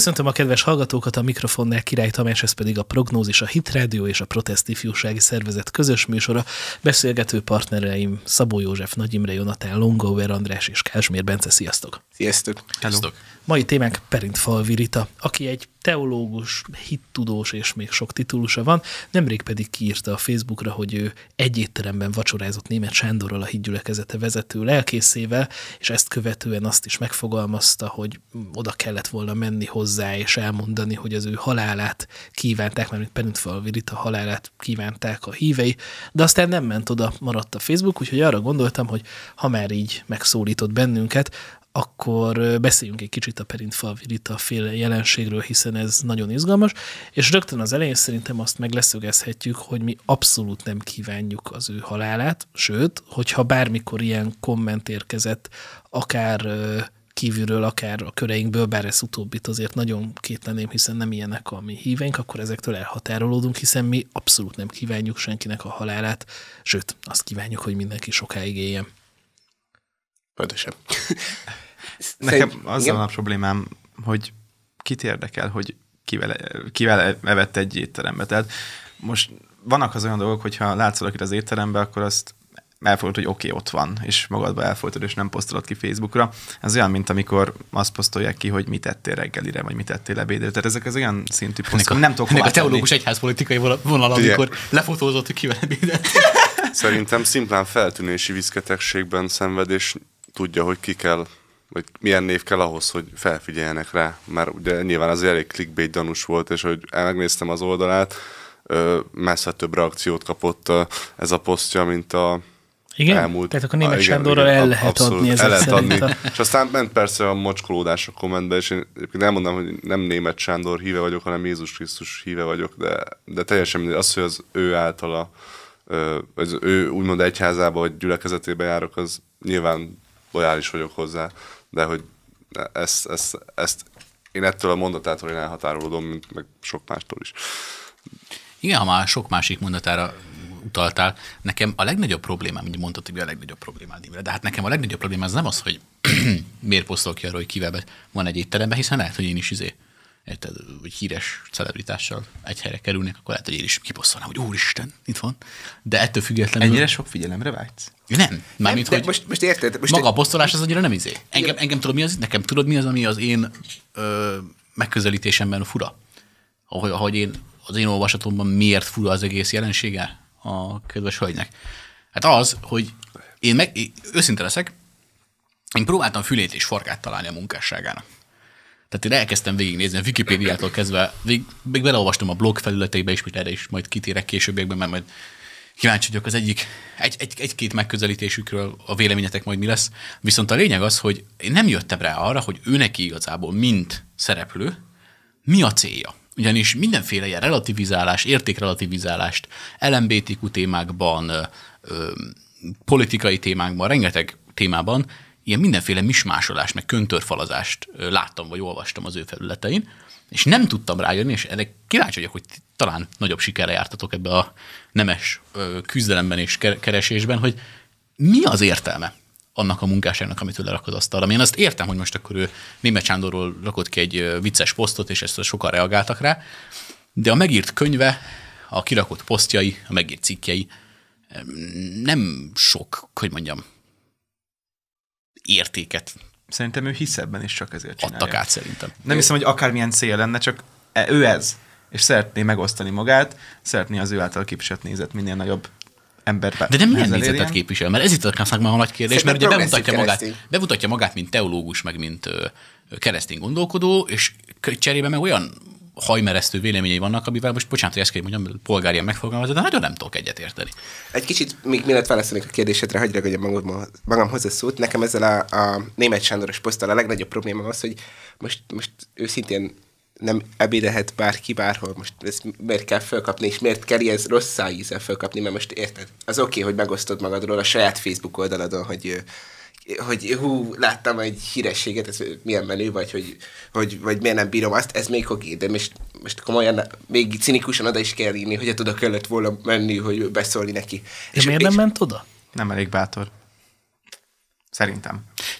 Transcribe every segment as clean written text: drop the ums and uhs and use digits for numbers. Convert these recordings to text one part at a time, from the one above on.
Köszöntöm a kedves hallgatókat, a mikrofonnál Király Tamás, ez pedig a Prognózis, a Hit Rádió és a Protest Ifjúsági Szervezet közös műsora. Beszélgető partnereim Szabó József, Nagy Imre Jonatán, Longauer András és Kázsmér Bence. Sziasztok! Sziasztok! Sziasztok! Mai témánk Perintfalvi Rita, aki egy teológus, hittudós és még sok titulusa van, nemrég pedig kiírta a Facebookra, hogy ő egy étteremben vacsorázott Németh Sándorral, a Hitgyülekezete vezető lelkészével, és ezt követően azt is megfogalmazta, hogy oda kellett volna menni hozzá és elmondani, hogy az ő halálát kívánták, mert Perintfalvi Rita halálát kívánták a hívei, de aztán nem ment oda, maradt a Facebook, úgyhogy arra gondoltam, hogy ha már így megszólított bennünket, akkor beszéljünk egy kicsit a Perintfalvi Rita féle jelenségről, hiszen ez nagyon izgalmas, és rögtön az elején szerintem azt meg leszögezhetjük, hogy mi abszolút nem kívánjuk az ő halálát, sőt, hogyha bármikor ilyen komment érkezett, akár kívülről, akár a köreinkből, bár ez utóbbit azért nagyon kétleném, hiszen nem ilyenek a mi híveink, akkor ezektől elhatárolódunk, hiszen mi abszolút nem kívánjuk senkinek a halálát, sőt, azt kívánjuk, hogy mindenki sokáig éljen. Pontosan. Nekem azzal a problémám, hogy kit érdekel, hogy kivel evett egy étterembe. Tehát most vannak az olyan dolgok, hogyha látsz valakit az étterembe, akkor azt elfogadod, hogy oké, ott van, és magadba elfogadod, és nem posztolod ki Facebookra. Ez olyan, mint amikor azt posztolják ki, hogy mit ettél reggelire, vagy mit ettél ebédre. Tehát ezek az olyan szintű posztok, nem tudok ennek a teológus egyházpolitikai vonal, amikor lefotózott, hogy kivel ebédet. Szerintem szimplán feltűnési viszketegségben szenved, és tudja, hogy ki kell, vagy milyen név kell ahhoz, hogy felfigyeljenek rá. Mert ugye nyilván az elég clickbait gyanús volt, és hogy megnéztem az oldalát, messze több reakciót kapott ez a posztja, mint a igen? elmúlt. Tehát akkor Németh Sándorral el lehet adni ezek szerint. És aztán ment persze a mocskolódás a kommentbe, és én elmondom, hogy nem Németh Sándor híve vagyok, hanem Jézus Krisztus híve vagyok, de teljesen mindegy. Az, hogy az ő általa, az ő úgymond egyházába, vagy gyülekezetébe járok, az nyilván lojális vagyok hozzá, de hogy ezt én ettől a mondatától én elhatárolódom, mint meg sok mástól is. Igen, ha már sok másik mondatára utaltál, nekem a legnagyobb problémám, ugye mondtad, hogy a legnagyobb problémád, de hát nekem a legnagyobb probléma az nem az, hogy miért posztolok ki arról, hogy kivel van egy étteremben, hiszen lehet, hogy én is érted, hogy híres celebritással egy helyre kerülnék, akkor lehet, hogy én is kiposztolnám, hogy úristen, itt van. De ettől függetlenül... Ennyire sok figyelemre vágysz? Nem. Mármint, hogy most érted. maga a posztolás az annyira nem izé. Engem tudod mi az? Nekem tudod mi az, ami az én megközelítésemben fura? Ahogy az én olvasatomban miért fura az egész jelensége a kedves hölgynek? Hát az, hogy én őszinte leszek, én próbáltam fülét és farkát találni a munkásságának. Tehát én elkezdtem végignézni, a Wikipédiától kezdve, még beleolvastam a blog felületeibe is, erre is majd kitérek későbbiekben, mert majd kíváncsi vagyok az egy-két megközelítésükről, a véleményetek majd mi lesz. Viszont a lényeg az, hogy én nem jöttem rá arra, hogy ő neki igazából, mint szereplő, mi a célja. Ugyanis mindenféle ilyen relativizálás, értékrelativizálást LMBTQ témákban, politikai témákban, rengeteg témában ilyen mindenféle mismásolást, meg köntörfalazást láttam, vagy olvastam az ő felületein, és nem tudtam rájönni, és ennek kíváncsi vagyok, hogy talán nagyobb sikerre jártatok ebbe a nemes küzdelemben és keresésben, hogy mi az értelme annak a munkásságnak, amit ő lerak az asztalra. Én azt értem, hogy most akkor ő Németh Sándorról rakott ki egy vicces posztot, és ezt sokan reagáltak rá, de a megírt könyve, a kirakott posztjai, a megírt cikkjei nem sok, hogy mondjam, értéket. Szerintem ő hisz ebben, és csak ezért csinálja. Adtak át szerintem. Nem hiszem, hogy akármilyen cél lenne, csak ő ez. És szeretné megosztani magát, szeretné az ő által képviselt nézet minél nagyobb emberbe. De nem milyen nézetet képvisel? Mert ez itt a szakmában a nagy kérdés, mert ugye bemutatja magát, mint teológus, meg mint keresztény gondolkodó, és cserébe meg olyan hajmeresztő véleményei vannak, amivel most, bocsánat, hogy ezt kell mondjam, polgárian megfogalmazni, de nagyon nem tudok egyet érteni. Egy kicsit, még mielőtt válaszolnék a kérdésedre, hagyj ragadjam magamhoz a szót. Nekem ezzel a Németh Sándoros poszttal a legnagyobb probléma az, hogy most őszintén nem ebédelhet bárki bárhol. Most ezt miért kell fölkapni, és miért kell ez rossz szájízzel fölkapni, mert most érted? Az oké, hogy megosztod magadról a saját Facebook oldaladon, hogy láttam egy hírességet, ez milyen menő, vagy miért nem bírom azt, ez még oké, de most komolyan, még cinikusan oda is kell írni, hogy oda kellett volna menni, hogy beszólni neki. És miért nem ment oda? Nem elég bátor. Szerintem.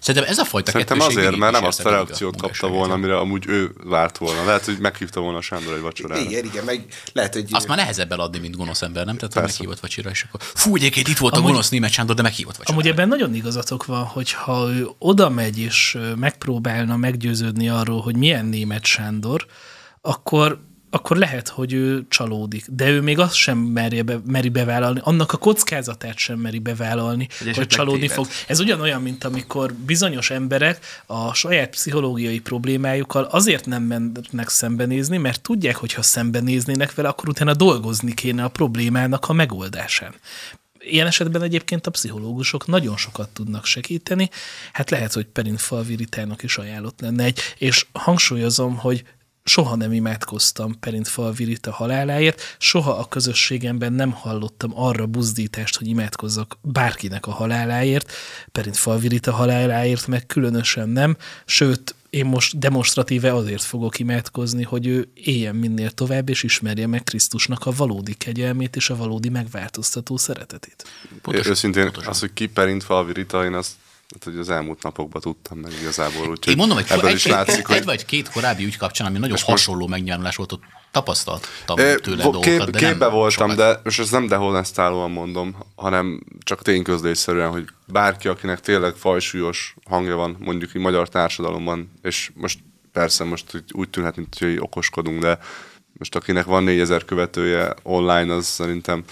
Szerintem ez a fajta Szerintem kettőség azért, mert nem is azt a érte reakciót végig a kapta volna, amire amúgy ő várt volna. Lehet, hogy meghívta volna Sándor egy vacsorára. Igen, meg lehet, hogy... Azt már nehezebb eladni, mint gonosz ember, nem? Tehát, hogy Persze. meghívott vacsira, és akkor fú, egyébként itt volt a gonosz német Sándor, de meghívott vacsira. Amúgy ebben nagyon igazatok van, hogy ha ő oda megy és megpróbálna meggyőződni arról, hogy milyen német Sándor, akkor lehet, hogy ő csalódik. De ő még azt sem meri bevállalni, annak a kockázatát sem meri bevállalni, hogy csalódni téved. fog. Ez ugyanolyan, mint amikor bizonyos emberek a saját pszichológiai problémájukkal azért nem mennek szembenézni, mert tudják, hogy ha szembenéznének vele, akkor utána dolgozni kéne a problémának a megoldásán. Ilyen esetben egyébként a pszichológusok nagyon sokat tudnak segíteni, hát lehet, hogy Perintfalvi Ritának is ajánlott lenne egy, és hangsúlyozom, hogy soha nem imádkoztam Perintfalvi Rita haláláért, soha a közösségemben nem hallottam arra buzdítást, hogy imádkozzak bárkinek a haláláért, Perintfalvi Rita haláláért meg különösen nem, sőt, én most demonstratíve azért fogok imádkozni, hogy ő éljen minél tovább, és ismerje meg Krisztusnak a valódi kegyelmét és a valódi megváltoztató szeretetét. Őszintén az, hogy ki Perintfalvi Rita, én azt hogy az elmúlt napokban tudtam meg igazából. Úgyhogy én mondom, hogy ebből is látszik, egy vagy két korábbi ügy kapcsán, ami nagyon hasonló megnyilvánulás volt, ott tapasztaltam tőle dolgokat, de képbe nem voltam, sokat. de most ezt nem dehonestálóan mondom, hanem csak tényközlésszerűen, hogy bárki, akinek tényleg fajsúlyos hangja van, mondjuk így magyar társadalomban, és most persze most úgy tűnhet, mint hogy okoskodunk, de most akinek van 4000 követője online, az szerintem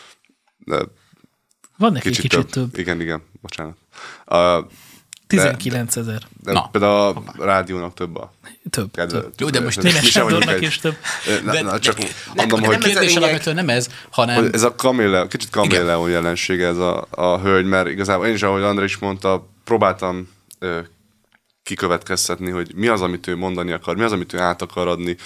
Van neki kicsit több. Igen, bocsánat. 19 000. Például a rádiónak több a Több. Jó, de most Német Sándornak is több. Csak mondom, nem hogy kérdés alapvetően nem ez, hanem... ez a kicsit kaméleon jelensége ez a hölgy, mert igazából én is, ahogy André is mondta, próbáltam kikövetkeztetni, hogy mi az, amit ő mondani akar, mi az, amit ő át akar adni,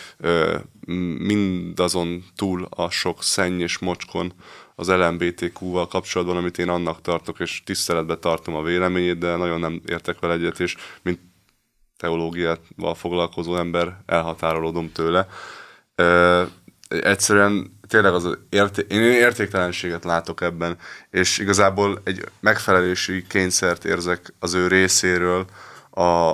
mindazon túl a sok szenny és mocskon az LMBTQ-val kapcsolatban, amit én annak tartok, és tiszteletben tartom a véleményét, de nagyon nem értek vele egyet, és mint teológiával foglalkozó ember elhatárolódom tőle. Egyszerűen tényleg én értéktelenséget látok ebben, és igazából egy megfelelési kényszert érzek az ő részéről a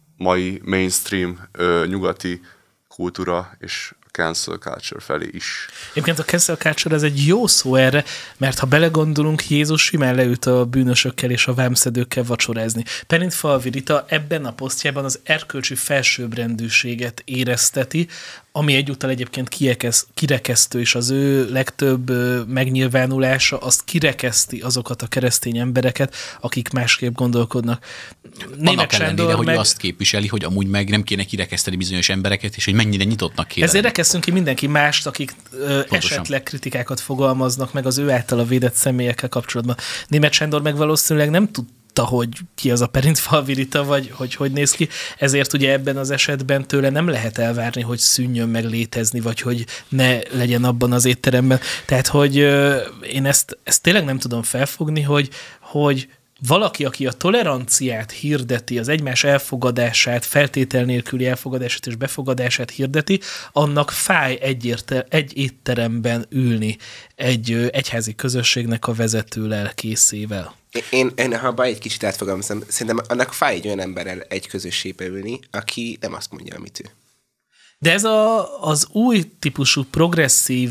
mai mainstream nyugati kultúra és cancel culture felé is. Egyébként a cancel culture ez egy jó szó erre, mert ha belegondolunk, Jézus simán leült a bűnösökkel és a vámszedőkkel vacsorázni. Perintfalvi Rita ebben a posztjában az erkölcsi felsőbbrendűséget érezteti, ami egyúttal egyébként kirekesztő, és az ő legtöbb megnyilvánulása azt kirekeszti azokat a keresztény embereket, akik másképp gondolkodnak. Annak ellenére, hogy azt képviseli, hogy amúgy meg nem kéne kirekeszteni bizonyos embereket, és hogy mennyire nyitottnak kéne. Ezért rekesszünk ki mindenki mást, akik esetleg kritikákat fogalmaznak meg az ő általa védett személyekkel kapcsolatban. Német Sándor meg valószínűleg nem tudta, hogy ki az a Perintfalvi Rita, vagy hogy néz ki. Ezért ugye ebben az esetben tőle nem lehet elvárni, hogy szűnjön meg létezni, vagy hogy ne legyen abban az étteremben. Tehát, hogy én ezt tényleg nem tudom felfogni, hogy valaki, aki a toleranciát hirdeti, az egymás elfogadását, feltétel nélküli elfogadását és befogadását hirdeti, annak fáj egy étteremben ülni egy egyházi közösségnek a vezető lelkészével. Én ha egy kicsit átfogalmazom, szerintem annak fáj egy olyan emberrel egy közösségbe ülni, aki nem azt mondja, amit ő. De ez az új típusú progresszív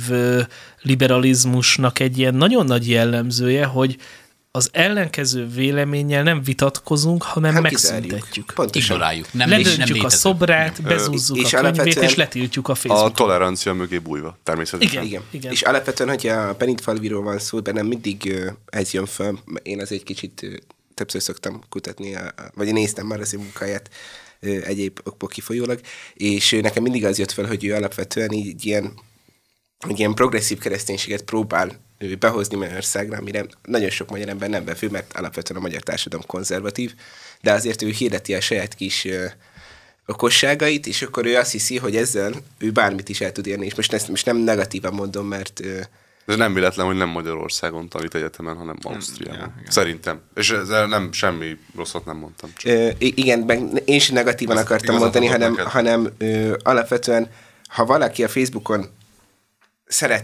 liberalizmusnak egy ilyen nagyon nagy jellemzője, hogy az ellenkező véleménnyel nem vitatkozunk, hanem megszüntetjük. Ignoráljuk. Ledöntjük a szobrát, bezúzzuk a könyvét, és letiltjuk a Facebookon. A tolerancia mögé bújva, természetesen. Igen. És alapvetően, hogyha a Perintfalviról van szó, bennem mindig ez jön fel. Én azért kicsit többször szoktam kutatni, vagy én néztem már az ő munkáját egyéb okból kifolyólag, és nekem mindig az jött fel, hogy ő alapvetően így ilyen progresszív kereszténységet próbál behozni Magyarországra, amire nagyon sok magyar ember nem befő, mert alapvetően a magyar társadalom konzervatív, de azért ő hirdeti a saját kis okosságait, és akkor ő azt hiszi, hogy ezzel ő bármit is el tud érni, és most nem negatívan mondom, mert... Ez nem véletlen, hogy nem Magyarországon tanít egyetemen, hanem Ausztriában. Szerintem. És ezzel nem semmi rosszat nem mondtam. Igen, én sem negatívan akartam mondani, hanem alapvetően, ha valaki a Facebookon szeretne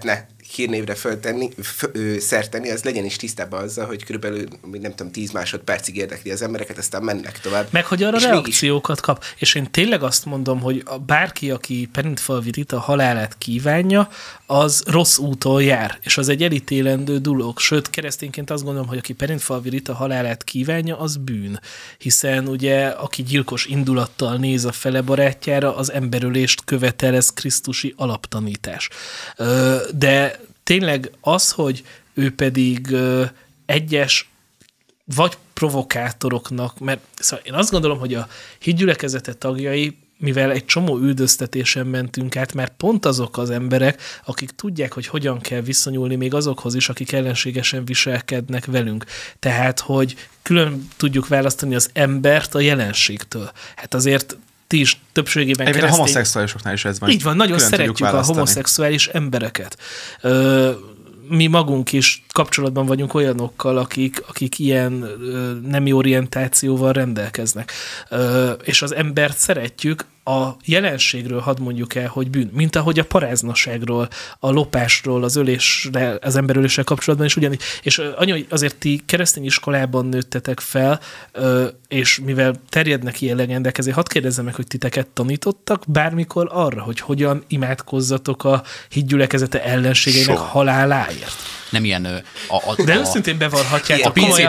hírnévre szert tenni, az legyen is tisztában azzal, hogy körülbelül, nem tudom, 10 másodpercig érdekli az embereket, aztán mennek tovább. Meg hogy arra reakciókat kap. És én tényleg azt mondom, hogy bárki, aki Perintfalvi Rita halálát kívánja, az rossz úton jár, és az egy elítélendő dolog. Sőt, keresztényként azt gondolom, hogy aki Perintfalvi Rita halálát kívánja, az bűn. Hiszen ugye, aki gyilkos indulattal néz a fele barátjára, az emberölést követel, ez krisztusi alaptanítás. De tényleg az, hogy ő pedig egyes vagy provokátoroknak, mert szóval én azt gondolom, hogy a hídgyülekezete tagjai, mivel egy csomó üldöztetésen mentünk át, mert pont azok az emberek, akik tudják, hogy hogyan kell viszonyulni még azokhoz is, akik ellenségesen viselkednek velünk. Tehát, hogy külön tudjuk választani az embert a jelenségtől. Hát azért ti is többségében keresztény... a homoszexuálisoknál is ez van. Így van, nagyon szeretjük a homoszexuális embereket. Mi magunk is kapcsolatban vagyunk olyanokkal, akik ilyen nemi orientációval rendelkeznek. És az embert szeretjük, a jelenségről hadd mondjuk el, hogy bűn. Mint ahogy a paráznaságról, a lopásról, az ölésre, az emberöléssel kapcsolatban is ugyanígy. És anya, azért ti keresztény iskolában nőttetek fel, és mivel terjednek ilyen legendek, ezért hadd kérdezzem meg, hogy titeket tanítottak bármikor arra, hogy hogyan imádkozzatok a hídgyülekezete ellenségeinek haláláért. Nem ilyen... De őszintén bevallhatjátok, a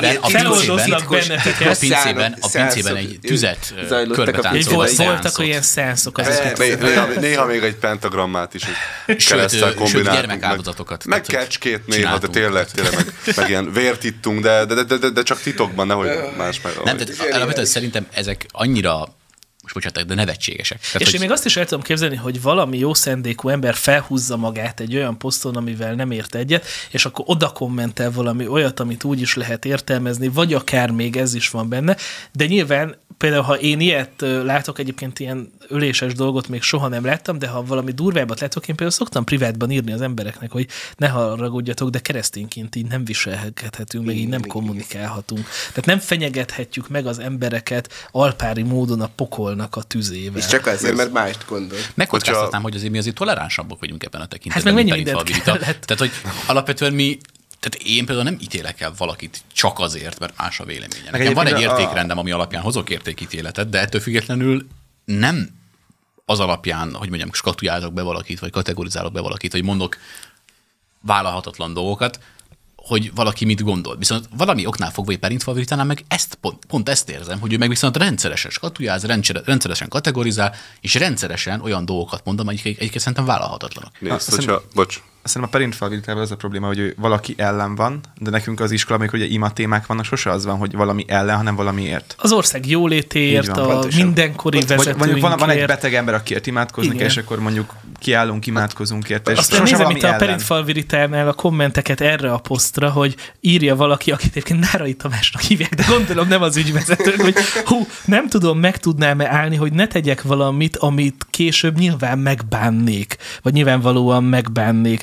pincében egy tüzet körbe táncoltak. Voltak olyan szeánszok. Néha még egy pentagrammát is kereszttel kombináltunk. Sőt, gyermekáldozatokat. Meg kecskét néha, de tényleg meg ilyen vért ittunk, de csak titokban, nehogy más meg... Nem, alapvetően szerintem ezek annyira... most bocsánat, de nevetségesek. Tehát, és én még azt is el tudom képzelni, hogy valami jó szándékú ember felhúzza magát egy olyan poszton, amivel nem ért egyet, és akkor oda kommentel valami olyat, amit úgy is lehet értelmezni, vagy akár még ez is van benne, de nyilván például, ha én ilyet látok, egyébként ilyen öléses dolgot még soha nem láttam, de ha valami durvábbat látok, én például szoktam privátban írni az embereknek, hogy ne haragudjatok, de keresztényként így nem viselhetünk, meg így nem kommunikálhatunk. Tehát nem fenyegethetjük meg az embereket alpári módon a pokolnak a tüzével. És csak azért, mert mást gondol. Megkockáztatnám, hogy azért mi azért toleránsabbak vagyunk ebben a tekintetben. Hát meg mennyi mindent kellett. Tehát, hogy alapvetően mi... Tehát én például nem ítélek el valakit csak azért, mert más a véleménye. Nekem van egy értékrendem, ami alapján hozok értékítéletet, de ettől függetlenül nem az alapján, hogy mondjam, skatujázok be valakit, vagy kategorizálok be valakit, vagy mondok vállalhatatlan dolgokat, hogy valaki mit gondol. Viszont valami oknál fogva, hogy Perintfalvi Ritánál meg pont ezt érzem, hogy ő meg viszont rendszeresen skatujáz, rendszeresen kategorizál, és rendszeresen olyan dolgokat mond, amelyik egyébként szerintem vállalhatatlanok. Szerintem a Perintfalvi Ritával az a probléma, hogy ő valaki ellen van, de nekünk az iskola, amikor ugye ima témák vannak, sose az van, hogy valami ellen, hanem valamiért. Az ország jólétéért, a mindenkori vezetőinkért. Van egy beteg ember, akiért imádkoznak, és akkor mondjuk kiállunk, imádkozunk érte. Aztán nézem itt a Perintfalvi Ritánál a kommenteket erre a posztra, hogy írja valaki, akit egyébként Nárai Tamásnak hívják, de gondolom nem az ügyvezető, hogy nem tudom, meg tudnám-e állni, hogy ne tegyek valamit, amit később nyilván megbánnék, vagy nyilvánvalóan megbánnék.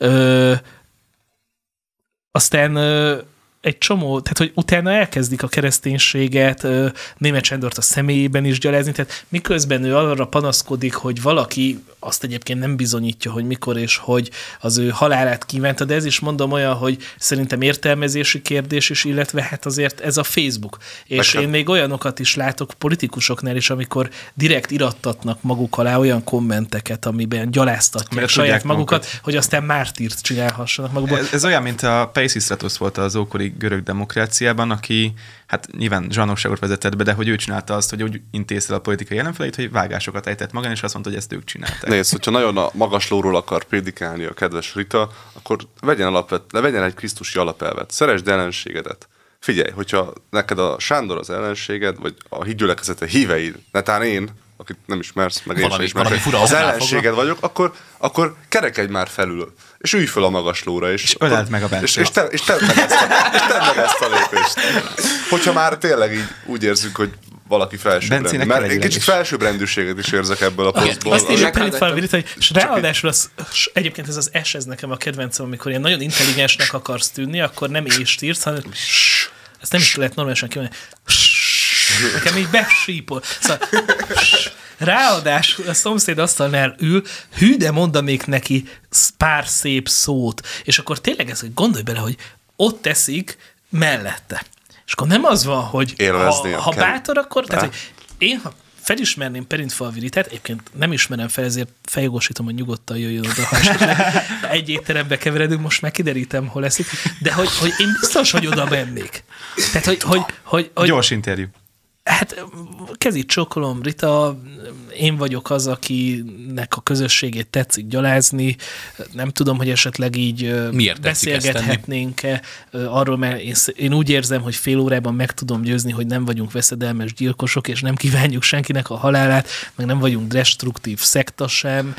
Aztán egy csomó, tehát hogy utána elkezdik a kereszténységet Németh Sándort a személyében is gyalázni, tehát miközben ő arra panaszkodik, hogy valaki azt egyébként nem bizonyítja, hogy mikor és hogy az ő halálát kívánta, de ez is mondom olyan, hogy szerintem értelmezési kérdés is, illetve hát azért ez a Facebook. És én még olyanokat is látok politikusoknál is, amikor direkt irattatnak maguk alá olyan kommenteket, amiben gyaláztatják saját magukat, hogy aztán mártírt csinálhassanak magukból. Ez olyan, mint a Peisistratos volt az ókori görög demokráciában, aki hát nyilván zsarnokságot vezetett be, de hogy ő csinálta azt, hogy úgy intézte a politikai ellenfeleit, hogy vágásokat ejtett magán, és azt mondta, hogy ezt ők csinálták. Nézd, hogyha nagyon a magaslóról akar prédikálni a kedves Rita, akkor vegyen egy krisztusi alapelvet. Szeresd ellenségedet. Figyelj, hogyha neked a Sándor az ellenséged, vagy a hídgyülekezete híveid, netán én, akit nem ismersz, meg én sem ismerek, az ellenséged vagyok, akkor kerekedj már felül. És ülj fel a magaslóra, és öleld meg a bensőt. És tedd meg ezt a lépést. Hogyha már tényleg így úgy érzünk, hogy valaki felsőbbrendű. Mert én kicsit felsőbbrendűséget is érzek ebből a posztból. Azt írja Perintfalvi Rita, és ráadásul egyébként ez az S, ez nekem a kedvencem, amikor ilyen nagyon intelligensnek akarsz tűnni, akkor nem ést írsz, hanem ezt nem is lehet normálisan kimondani. Nekem így besípol. Szóval, ráadásul a szomszéd asztalnál ül, hű, de mondanék neki pár szép szót. És akkor tényleg ez, hogy gondolj bele, hogy ott teszik mellette. És akkor nem az van, hogy ha bátor, akkor... Tehát, hogy én, ha felismerném Perintfalvi Ritát, egyébként nem ismerem fel, ezért feljogosítom, hogy nyugodtan jöjjön oda, ha esetleg egy étterembe keveredünk, most már kiderítem, hol eszik, de hogy én biztos, hogy oda mennék. Tehát, hogy gyors interjú. Hát kezit csókolom, Rita, én vagyok az, akinek a közösségét tetszik gyalázni, nem tudom, hogy esetleg így beszélgethetnénk-e arról, mert én úgy érzem, hogy fél órában meg tudom győzni, hogy nem vagyunk veszedelmes gyilkosok, és nem kívánjuk senkinek a halálát, meg nem vagyunk destruktív szekta sem,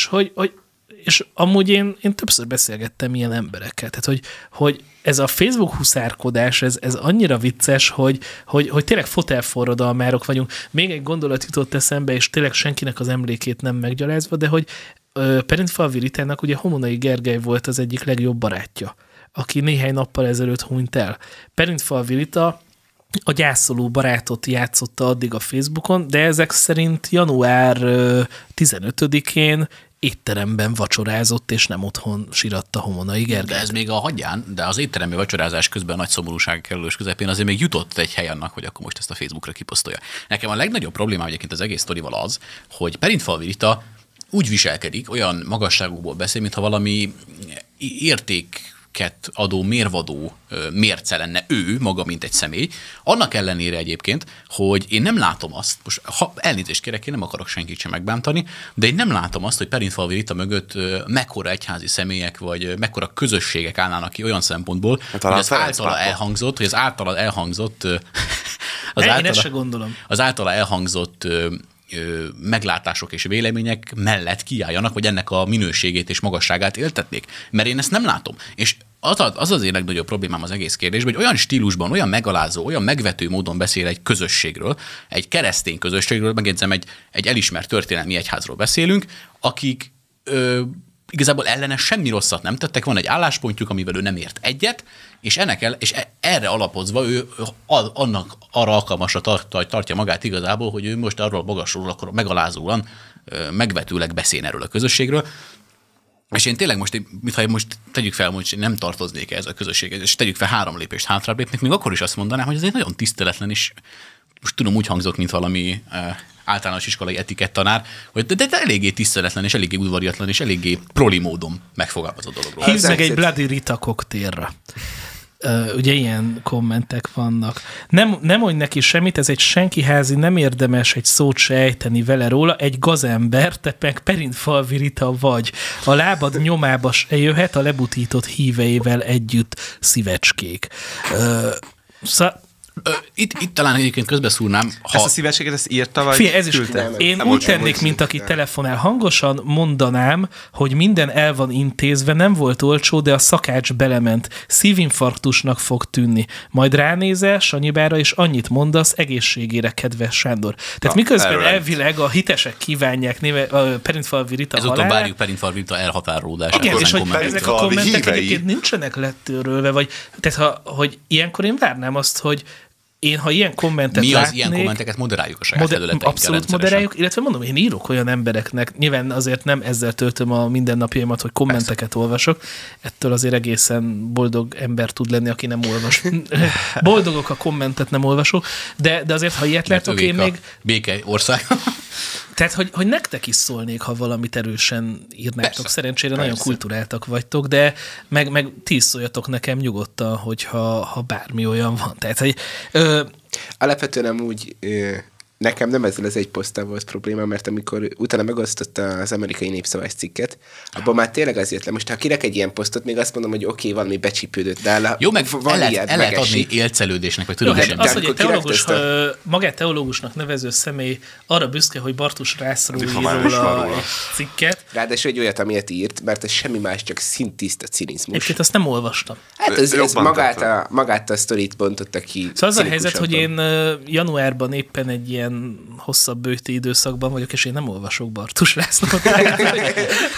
és amúgy én többször beszélgettem ilyen emberekkel. Tehát, hogy ez a Facebook huszárkodás, ez annyira vicces, hogy tényleg fotelforradalmárok vagyunk. Még egy gondolat jutott eszembe, és tényleg senkinek az emlékét nem meggyalázva, de hogy Perintfalvi Ritának ugye Homonai Gergely volt az egyik legjobb barátja, aki néhány nappal ezelőtt hunyt el. Perintfalvi Rita a gyászoló barátot játszotta addig a Facebookon, de ezek szerint január 15-én étteremben vacsorázott, és nem otthon síratta Homonai Gergely. De ez még a hagyján, de az étteremben vacsorázás közben a nagy szomorúság kerülős közepén azért még jutott egy hely annak, hogy akkor most ezt a Facebookra kiposztolja. Nekem a legnagyobb probléma egyébként az egész sztorival az, hogy Perintfalvi Rita úgy viselkedik, olyan magasságokból beszél, mintha valami értéket adó, mérvadó mérce lenne ő, maga, mint egy személy. Annak ellenére egyébként, hogy én nem látom azt, most elnézést kérek, én nem akarok senkit sem megbántani, de én nem látom azt, hogy Perintfalvi Rita mögött mekkora egyházi személyek, vagy mekkora közösségek állnának ki olyan szempontból, hogy az általa elhangzott én ezt se gondolom. Az általa elhangzott meglátások és vélemények mellett kiálljanak, hogy ennek a minőségét és magasságát éltetnék. Mert én ezt nem látom. És az én legnagyobb problémám az egész kérdésben, hogy olyan stílusban, olyan megalázó, olyan megvető módon beszél egy közösségről, egy keresztény közösségről, megjegyzem, egy elismert történelmi egyházról beszélünk, akik igazából ellene semmi rosszat nem tettek, van egy álláspontjuk, amivel ő nem ért egyet, és erre alapozva ő arra alkalmasra tartja magát igazából, hogy ő most arról magasról akar megalázóan, megvetőleg beszél erről a közösségről. És én tényleg most tegyük fel, hogy nem tartoznék ez a közösséghez, és tegyük fel 3 lépést hátrább lépnék, még akkor is azt mondanám, hogy ez egy nagyon tiszteletlen, és most tudom, úgy hangzott, mint valami általános iskolai etikettanár, hogy de eléggé tiszteletlen, és eléggé udvariatlan, és eléggé proli módon megfogalmazott dologról. Hívd meg egy Bloody Rita koktélra. Ugye ilyen kommentek vannak. Nem mondj neki semmit, ez egy senkiházi, nem érdemes egy szót se ejteni vele róla, egy gazember, te meg Perintfalvi Rita vagy. A lábad nyomába se jöhet a lebutított híveivel együtt szívecskék. Itt talán egyébként közbeszúrnám. Ezt a szívességet ezt írta, vagy ez is én úgy tennék, mint aki telefonál. Hangosan mondanám, hogy minden el van intézve, nem volt olcsó, de a szakács belement. Szívinfarktusnak fog tűnni. Majd ránézel Sanyibára, és annyit mondasz, egészségére, kedves Sándor. Tehát miközben elvileg a hitesek kívánják Perintfalvi Rita halálát. Ezúttal várjuk Perintfalvi Rita elhatárolódását. Igen, és hogy ezek a kommentek egyébként nincsenek lettörölve, vagy tehát hogy ilyenkor én várnám azt, hogy én, ha ilyen kommentet mi látnék... az ilyen kommenteket moderáljuk a saját felületeinkkel. Abszolút moderáljuk, illetve mondom, én írok olyan embereknek, nyilván azért nem ezzel töltöm a mindennapjaimat, hogy kommenteket olvasok, ettől azért egészen boldog ember tud lenni, aki nem olvas. Boldogok a kommentet, nem olvasok, de azért, ha ilyet látok, én még... Béke ország. Tehát, hogy nektek is szólnék, ha valamit erősen írnátok. Szerencsére nagyon kulturáltak vagytok, de meg ti is szóljatok nekem nyugodtan, hogyha bármi olyan van. Tehát, hogy... Alapvetően amúgy nekem nem ezzel az egy poszttal volt probléma, mert amikor utána megosztotta az Amerikai Népszavás cikket, abban már tényleg az jött le. Most ha kirek egy ilyen posztot, még azt mondom, hogy oké, valami becsípődött, de jó, meg el lehet adni élcelődésnek, vagy tudom, hogy az, hogy egy teológus, magát teológusnak nevező személy arra büszke, hogy Bartus Rászról ír róla egy cikket. Ráadásul egy olyat, amilyet írt, mert ez semmi más, csak szintiszta cinizmus. Egyébként azt nem olvastam. Hát ez magát a sztorit bontotta ki. Szóval az a helyzet, hogy én januárban éppen egy ilyen hosszabb bőti időszakban vagyok, és én nem olvasok Bartus Lászlót.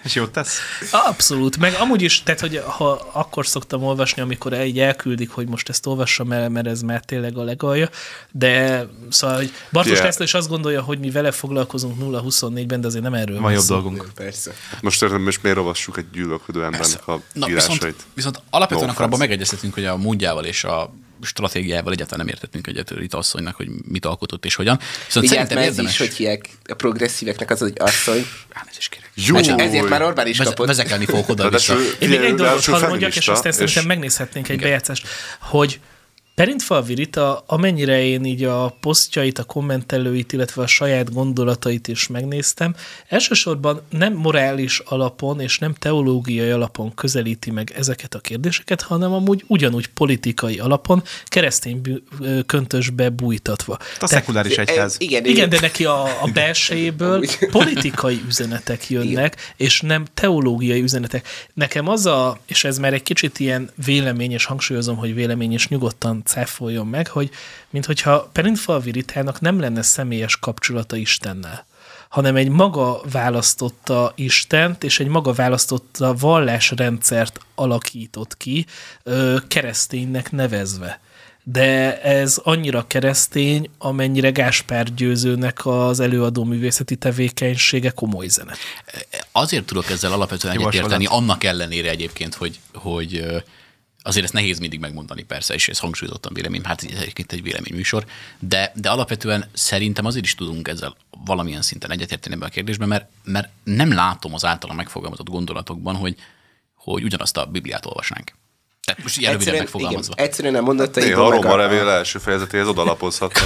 És jót tesz? Abszolút, meg amúgy is, tehát, hogy ha akkor szoktam olvasni, amikor így elküldik, hogy most ezt olvassam el, mert ez már tényleg a legalja, de szóval, hogy Bartos László is azt gondolja, hogy mi vele foglalkozunk 0-24-ben, de azért nem erről van jobb dolgunk. Persze. Most értem, most miért olvassuk egy gyűlölködő embernek a írásait? Viszont alapvetően akkor abban megegyeztetünk, hogy a módjával és a stratégiával egyáltalán nem értettünk egyet Rita asszonynak, hogy mit alkotott és hogyan. Viszont szerintem érdemes... is, hogy hívják a progresszíveknek az, hogy asszony. Elnézést kérek. Jó! Ezért már Orbán is kapott. Vezekelni fogok oda-vissza. Én még egy dolgot hadd mondjak, és aztán szerintem megnézhetnénk egy bejátszást, hogy Perintfalvi Rita, amennyire én így a posztjait, a kommentelőit, illetve a saját gondolatait is megnéztem, elsősorban nem morális alapon és nem teológiai alapon közelíti meg ezeket a kérdéseket, hanem amúgy ugyanúgy politikai alapon keresztény köntösbe bújtatva. A szekuláris egyház. Igen, de neki a belsejéből politikai üzenetek jönnek, és nem teológiai üzenetek. Nekem az és ez már egy kicsit ilyen vélemény, és hangsúlyozom, hogy vélemény, és nyugodtan cáfoljon meg, hogy minthogyha Perintfalvi Ritának nem lenne személyes kapcsolata Istennel, hanem egy maga választotta Istent, és egy maga választotta vallásrendszert alakított ki, kereszténynek nevezve. De ez annyira keresztény, amennyire Gáspár Győzőnek az előadó művészeti tevékenysége komoly zene. Azért tudok ezzel alapvetően egyetérteni, annak ellenére egyébként, hogy azért ezt nehéz mindig megmondani persze, és ez hangsúlyozottan vélemény, hát ez egyébként egy véleményműsor, de alapvetően szerintem azért is tudunk ezzel valamilyen szinten egyetérteni ebben a kérdésben, mert nem látom az általam megfogalmazott gondolatokban, hogy ugyanazt a Bibliát olvasnánk. Tehát most ilyen röviden megfogalmazva. Igen, egyszerűen a mondataiból. Néha a Róma levél első fejezetéhez odalapozhat.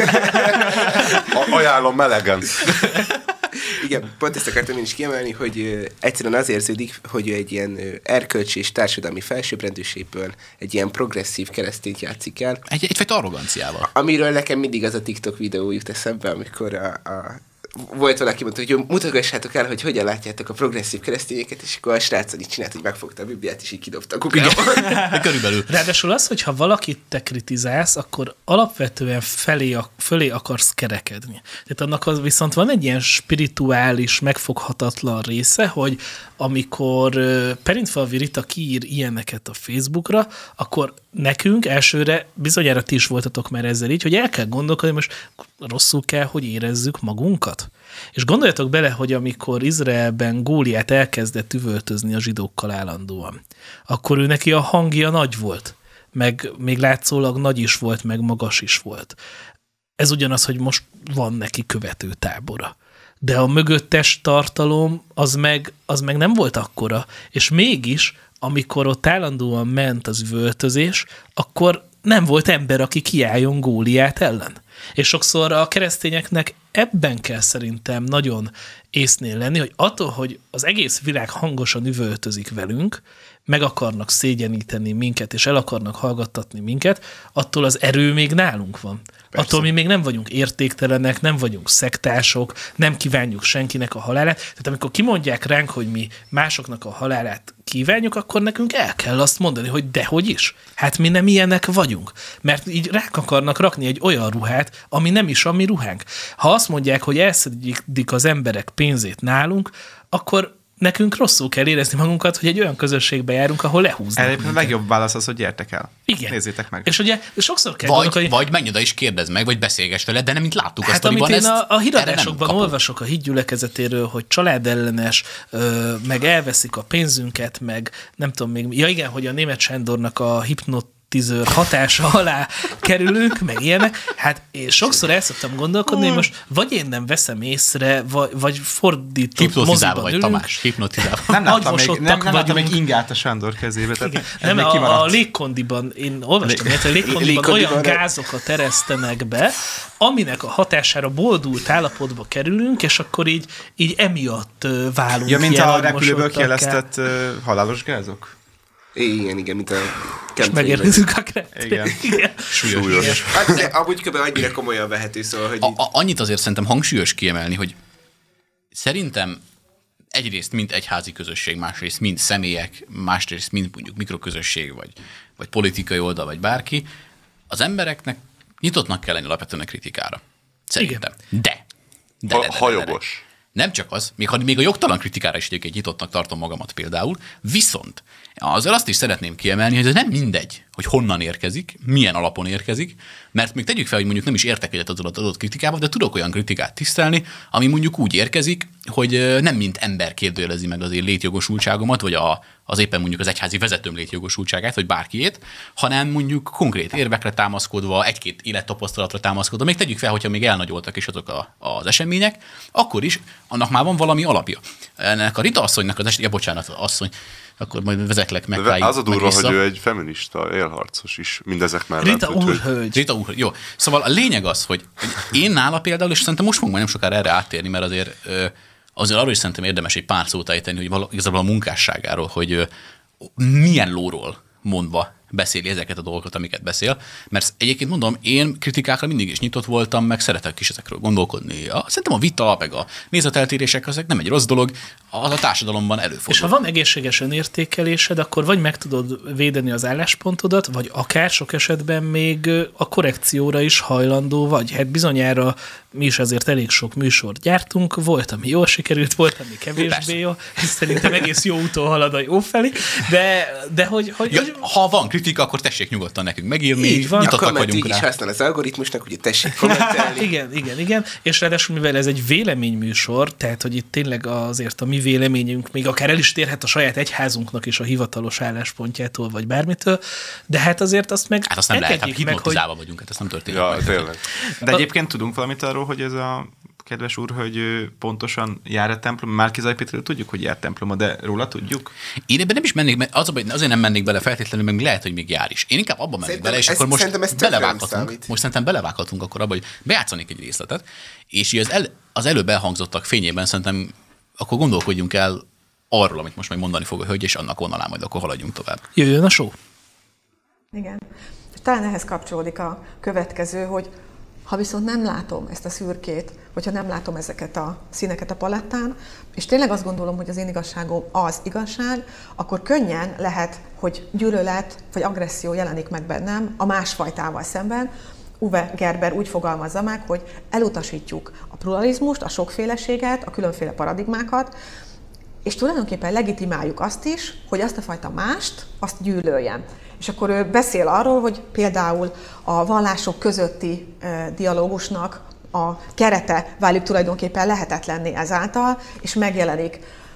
Ajánlom melegen. Igen, pont ezt akartam én is kiemelni, hogy egyszerűen az érződik, hogy ő egy ilyen erkölcsi és társadalmi felsőbbrendűségből egy ilyen progresszív keresztényt játszik el. Egyfajta arroganciával. Amiről nekem mindig az a TikTok videó jut eszembe, amikor volt valaki mondta, hogy mutogassátok el, hogy hogyan látjátok a progresszív keresztényeket, és akkor a srác így csinált, hogy megfogta a Bibliát, és így kidobta a kukába. Körülbelül. Ráadásul az, hogyha valakit te kritizálsz, akkor alapvetően fölé akarsz kerekedni. Tehát annak viszont van egy ilyen spirituális, megfoghatatlan része, hogy amikor Perintfalvi Rita kiír ilyeneket a Facebookra, akkor nekünk elsőre, bizonyára ti is voltatok már ezzel így, hogy el kell gondolkodni, most rosszul kell, hogy érezzük magunkat. És gondoljatok bele, hogy amikor Izraelben Góliát elkezdett üvöltözni a zsidókkal állandóan, akkor ő neki a hangja nagy volt, meg még látszólag nagy is volt, meg magas is volt. Ez ugyanaz, hogy most van neki követő tábora. De a mögöttes tartalom az meg nem volt akkora, és mégis, amikor ott állandóan ment az üvöltözés, akkor nem volt ember, aki kiálljon Góliát ellen. És sokszor a keresztényeknek ebben kell szerintem nagyon észnél lenni, hogy attól, hogy az egész világ hangosan üvöltözik velünk, meg akarnak szégyeníteni minket, és el akarnak hallgattatni minket, attól az erő még nálunk van. Persze. Attól mi még nem vagyunk értéktelenek, nem vagyunk szektások, nem kívánjuk senkinek a halálát. Tehát amikor kimondják ránk, hogy mi másoknak a halálát kívánjuk, akkor nekünk el kell azt mondani, hogy dehogy is. Hát mi nem ilyenek vagyunk. Mert így ránk akarnak rakni egy olyan ruhát, ami nem is a mi ruhánk. Ha azt mondják, hogy elszedik az emberek pénzét nálunk, akkor nekünk rosszul kell érezni magunkat, hogy egy olyan közösségbe járunk, ahol lehúznak. Egyébként a legjobb válasz az, hogy gyertek el. Igen. Nézzétek meg. És ugye sokszor kell vagy menj oda és kérdezd meg, vagy beszélgess vele, de nem mint láttuk hát a sztoriban. Amit én a híradásokban olvasok a hídgyülekezetéről, hogy családellenes, meg elveszik a pénzünket, meg nem tudom még. Ja igen, hogy a Németh Sándornak a hipnotizőr hatása alá kerülünk, meg ilyenek. Hát én sokszor el szoktam gondolkodni, hogy most vagy én nem veszem észre, vagy fordított moziban vagy ülünk. Tamás, hipnotizálva. Nem láttam még ingát a Sándor kezébe. Igen. Nem, a légkondiban, én olvastam, hogy a légkondiban olyan gázokat eresztenek be, aminek a hatására boldult állapotba kerülünk, és akkor így emiatt válunk. Ja, mint a repülőből kielesztett halálos gázok? Igen, mint a és megérkezzük a krettét. Igen. Súlyos. Hát, de amúgy kb. Annyira komolyan vehető, szóval, hogy... Annyit azért szerintem hangsúlyos kiemelni, hogy szerintem egyrészt mind egyházi közösség, másrészt mind személyek, másrészt mind mondjuk mikroközösség, vagy politikai oldal, vagy bárki, az embereknek nyitottnak kell lenni alapvetően a kritikára. Szerintem. Igen. De. Ha jogos. Nem csak az, még a jogtalan kritikára is egyébként nyitottnak tartom magamat például, viszont azért azt is szeretném kiemelni, hogy ez nem mindegy, hogy honnan érkezik, milyen alapon érkezik, mert még tegyük fel, hogy mondjuk nem is értek egyet az adott kritikával, de tudok olyan kritikát tisztelni, ami mondjuk úgy érkezik, hogy nem mint ember kérdőjelezi meg az én létjogosultságomat, vagy az éppen mondjuk az egyházi vezetőm létjogosultságát, vagy bárkiét, hanem mondjuk konkrét érvekre támaszkodva, egy-két élettapasztalatra támaszkodva, még tegyük fel, hogyha még elnagyoltak is azok az események, akkor is annak már van valami alapja. Ennek a Rita asszonynak bocsánat, asszony, akkor majd vezeklek meg. De az a durva, hogy ő egy feminista élharcos is mindezek mellett. Rita úrhölgy. Rita úrhölgy. Jó. Szóval a lényeg az, hogy én nála például, és szerintem most fogunk majd nem sokára erre áttérni, mert azért arról is szerintem érdemes egy pár szót ejteni, hogy igazából a munkásságáról, hogy milyen lóról mondva beszéli ezeket a dolgokat, amiket beszél. Mert egyébként mondom, én kritikákra mindig is nyitott voltam, meg szeretek is ezekről gondolkodni. Szerintem a vita, meg a nézeteltérések, ezek nem egy rossz dolog, az a társadalomban előfordul. És ha van egészséges önértékelésed, akkor vagy meg tudod védeni az álláspontodat, vagy akár sok esetben még a korrekcióra is hajlandó vagy. Hát bizonyára mi is azért elég sok műsort gyártunk, volt, ami jól sikerült, volt, ami kevésbé jó, és szerintem egész jó úton halad a jó felé, de hogy ha van kritika, akkor tessék nyugodtan nekünk megírni, nyitottak vagyunk rá. Így használ az algoritmusnak, ugye tessék kommentelni. Igen. És ráadásul, mivel ez egy véleményműsor, tehát, hogy itt tényleg azért a mi véleményünk még akár el is térhet a saját egyházunknak és a hivatalos álláspontjától, vagy bármitől, de hát azért azt meg hát azt nem lehet, hipnotizálva hogy... vagyunk, hát ezt nem történik. Ja, tényleg. De egyébként tudunk valamit arról, hogy ez a kedves úr, hogy pontosan jár a templom. Márki-Zay Péterről tudjuk, hogy jár temploma, de róla tudjuk? Én ebben nem is mennék, mert azért nem mennék bele feltétlenül, meg lehet, hogy még jár is. Én inkább abban mennék bele, és akkor most belevághatunk. Most szerintem belevághatunk akkor abba, hogy bejátszanék egy részletet, és az előbb elhangzottak fényében szerintem akkor gondolkodjunk el arról, amit most meg mondani fog a hölgy, és annak vonalán majd akkor haladjunk tovább. Jöjjön a show. Igen. Talán ehhez kapcsolódik a következő, hogy ha viszont nem látom ezt a szürkét, hogyha nem látom ezeket a színeket a palettán, és tényleg azt gondolom, hogy az én igazságom az igazság, akkor könnyen lehet, hogy gyűlölet vagy agresszió jelenik meg bennem a másfajtával szemben. Uwe Gerber úgy fogalmazza meg, hogy elutasítjuk a pluralizmust, a sokféleséget, a különféle paradigmákat, és tulajdonképpen legitimáljuk azt is, hogy azt a fajta mást, azt gyűlöljem. És akkor ő beszél arról, hogy például a vallások közötti dialógusnak a kerete válik tulajdonképpen lehetetlenné ezáltal, és megjelenik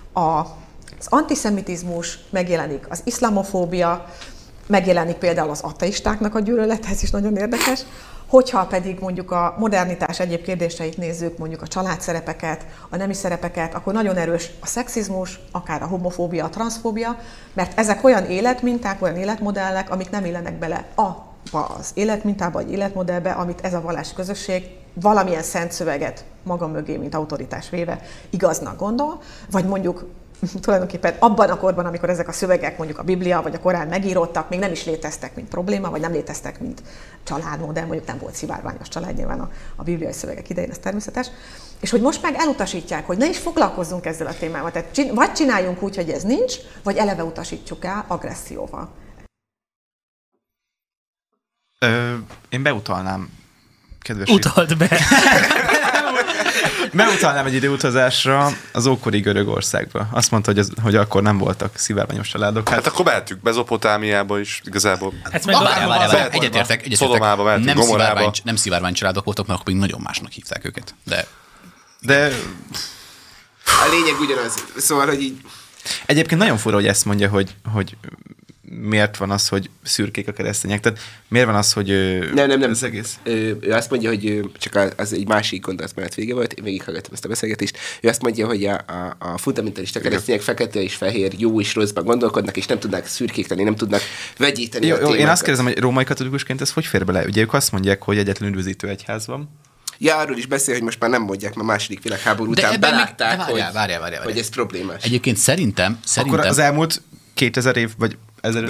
az antiszemitizmus, megjelenik az iszlamofóbia, megjelenik például az ateistáknak a gyűlölet, ez is nagyon érdekes. Hogyha pedig mondjuk a modernitás egyéb kérdéseit nézzük, mondjuk a családszerepeket, a nemi szerepeket, akkor nagyon erős a szexizmus, akár a homofóbia, a transzfóbia, mert ezek olyan életminták, olyan életmodellek, amik nem illenek bele az életmintába, vagy életmodellbe, amit ez a vallási közösség valamilyen szent szöveget maga mögé, mint autoritás véve igaznak gondol, vagy mondjuk tulajdonképpen abban a korban, amikor ezek a szövegek, mondjuk a Biblia vagy a Korán megírottak, még nem is léteztek, mint probléma, vagy nem léteztek, mint családmodell, mondjuk nem volt szivárványos család, nyilván a bibliai szövegek idején, ez természetes. És hogy most meg elutasítják, hogy ne is foglalkozzunk ezzel a témával. Tehát vagy csináljunk úgy, hogy ez nincs, vagy eleve utasítsuk el agresszióval. Én beutalnám, kedves... Utald be! Beutalnám egy időutazásra az ókori Görögországba. Azt mondta, hogy akkor nem voltak szivárványos családok. Hát akkor mehetünk Mezopotámiába is igazából. Hát Egyetértek. Szodomába mehetünk, Gomorába. Nem szivárvány családok voltak, mert akkor még nagyon másnak hívták őket. De... A lényeg ugyanaz. Szóval, hogy így... Egyébként nagyon fura, hogy ezt mondja, hogy miért van az, hogy szürkék a keresztények? Tehát miért van az, hogy nem. Ez egész? Ő azt mondja, hogy csak az egy másik gondolatmenet vége volt, én végighallgattam ezt a beszélgetést. Ő azt mondja, hogy a fundamentalista keresztények fekete és fehér, jó és rosszban gondolkodnak, és nem tudnak szürkék nem tudnak vegyíteni a témákat. Én azt kérdezem, hogy római katolikusként ez hogy fér bele? Ugye ők azt mondják, hogy egyetlen üdvözítő egyház van. Ja, arról is beszél, hogy most már nem mondják, mert második világháború után belátták, hogy ez problémás. Egyébként szerintem... Akkor az elmúlt 2000 év, vagy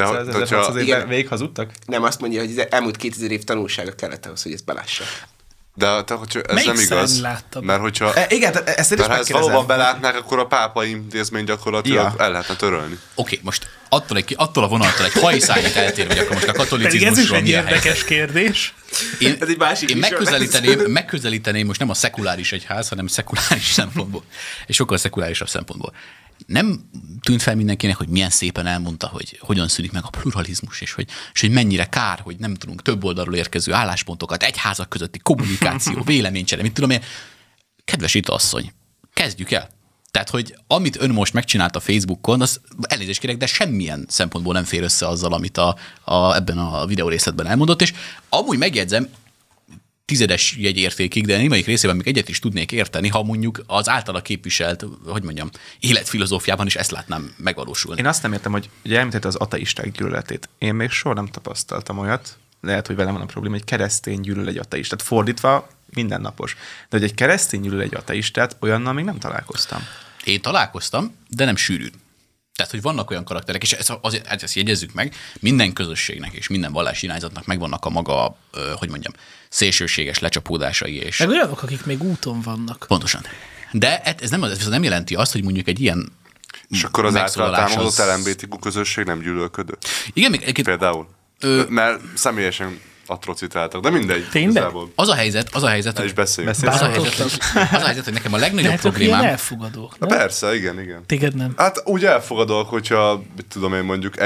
1500-1600 évben végig hazudtak? Nem, azt mondja, hogy az elmúlt 2000 év tanulsága kellett ahhoz, hogy ezt belássa. De hogyha ez melyik nem igaz, láttam? mert hogyha Igen, ezt ha ezt valóban belátnák, akkor a pápai intézmény gyakorlatilag el lehetne törölni. Oké, most attól a vonaltól egy hajszányat eltér, hogy akkor most a Pedig ez is katolicizmusról egy mi a helyzet. érdekes kérdés. Ez egy másik Én műsor megközelíteném most nem a szekuláris egyház, hanem szekuláris szempontból. És sokkal szekulárisabb szempontból. Nem tűnt fel mindenkinek, hogy milyen szépen elmondta, hogy hogyan szűnik meg a pluralizmus, és hogy mennyire kár, hogy nem tudunk több oldalról érkező álláspontokat, egyházak közötti kommunikáció, véleménycsere, mit tudom én. Kedves Ita asszony, kezdjük el. Tehát, hogy amit ön most megcsinált a Facebookon, az elnézést kérek, de semmilyen szempontból nem fér össze azzal, amit ebben a videó részletben elmondott, és amúgy megjegyzem, 10-es jegyértékig, de némelyik részében még egyet is tudnék érteni, ha mondjuk az általa képviselt, hogy mondjam, életfilozófiában is ezt látnám megvalósulni. Én azt nem értem, hogy ugye említette az ateisták gyűlöletét. Én még soha nem tapasztaltam olyat, lehet, hogy velem van a probléma, hogy keresztény gyűlöl egy ateistát. Fordítva mindennapos. De hogy egy keresztény gyűlöl egy ateistát, olyannal még nem találkoztam. Én találkoztam, de nem sűrűn. Tehát, hogy vannak olyan karakterek, és ezt jegyezzük meg, minden közösségnek és minden vallási irányzatnak megvannak a maga, hogy mondjam, szélsőséges lecsapódásai. És Meg olyanok, akik még úton vannak. pontosan. De ez nem jelenti azt, hogy mondjuk egy ilyen És akkor az által megszólalás támogatott LMBTQ közösség nem gyűlölködő? Igen, még Például. Mert személyesen atrocitáltak, de mindegy. Tényleg? Igazából. az a helyzet, El is beszéljünk. az a helyzet, hogy nekem a legnagyobb Lehet, hogy ilyen problémám, elfogadók, Na nem? persze, igen. Téged nem. Hát úgy elfogadok, hogyha, mit tudom én mondjuk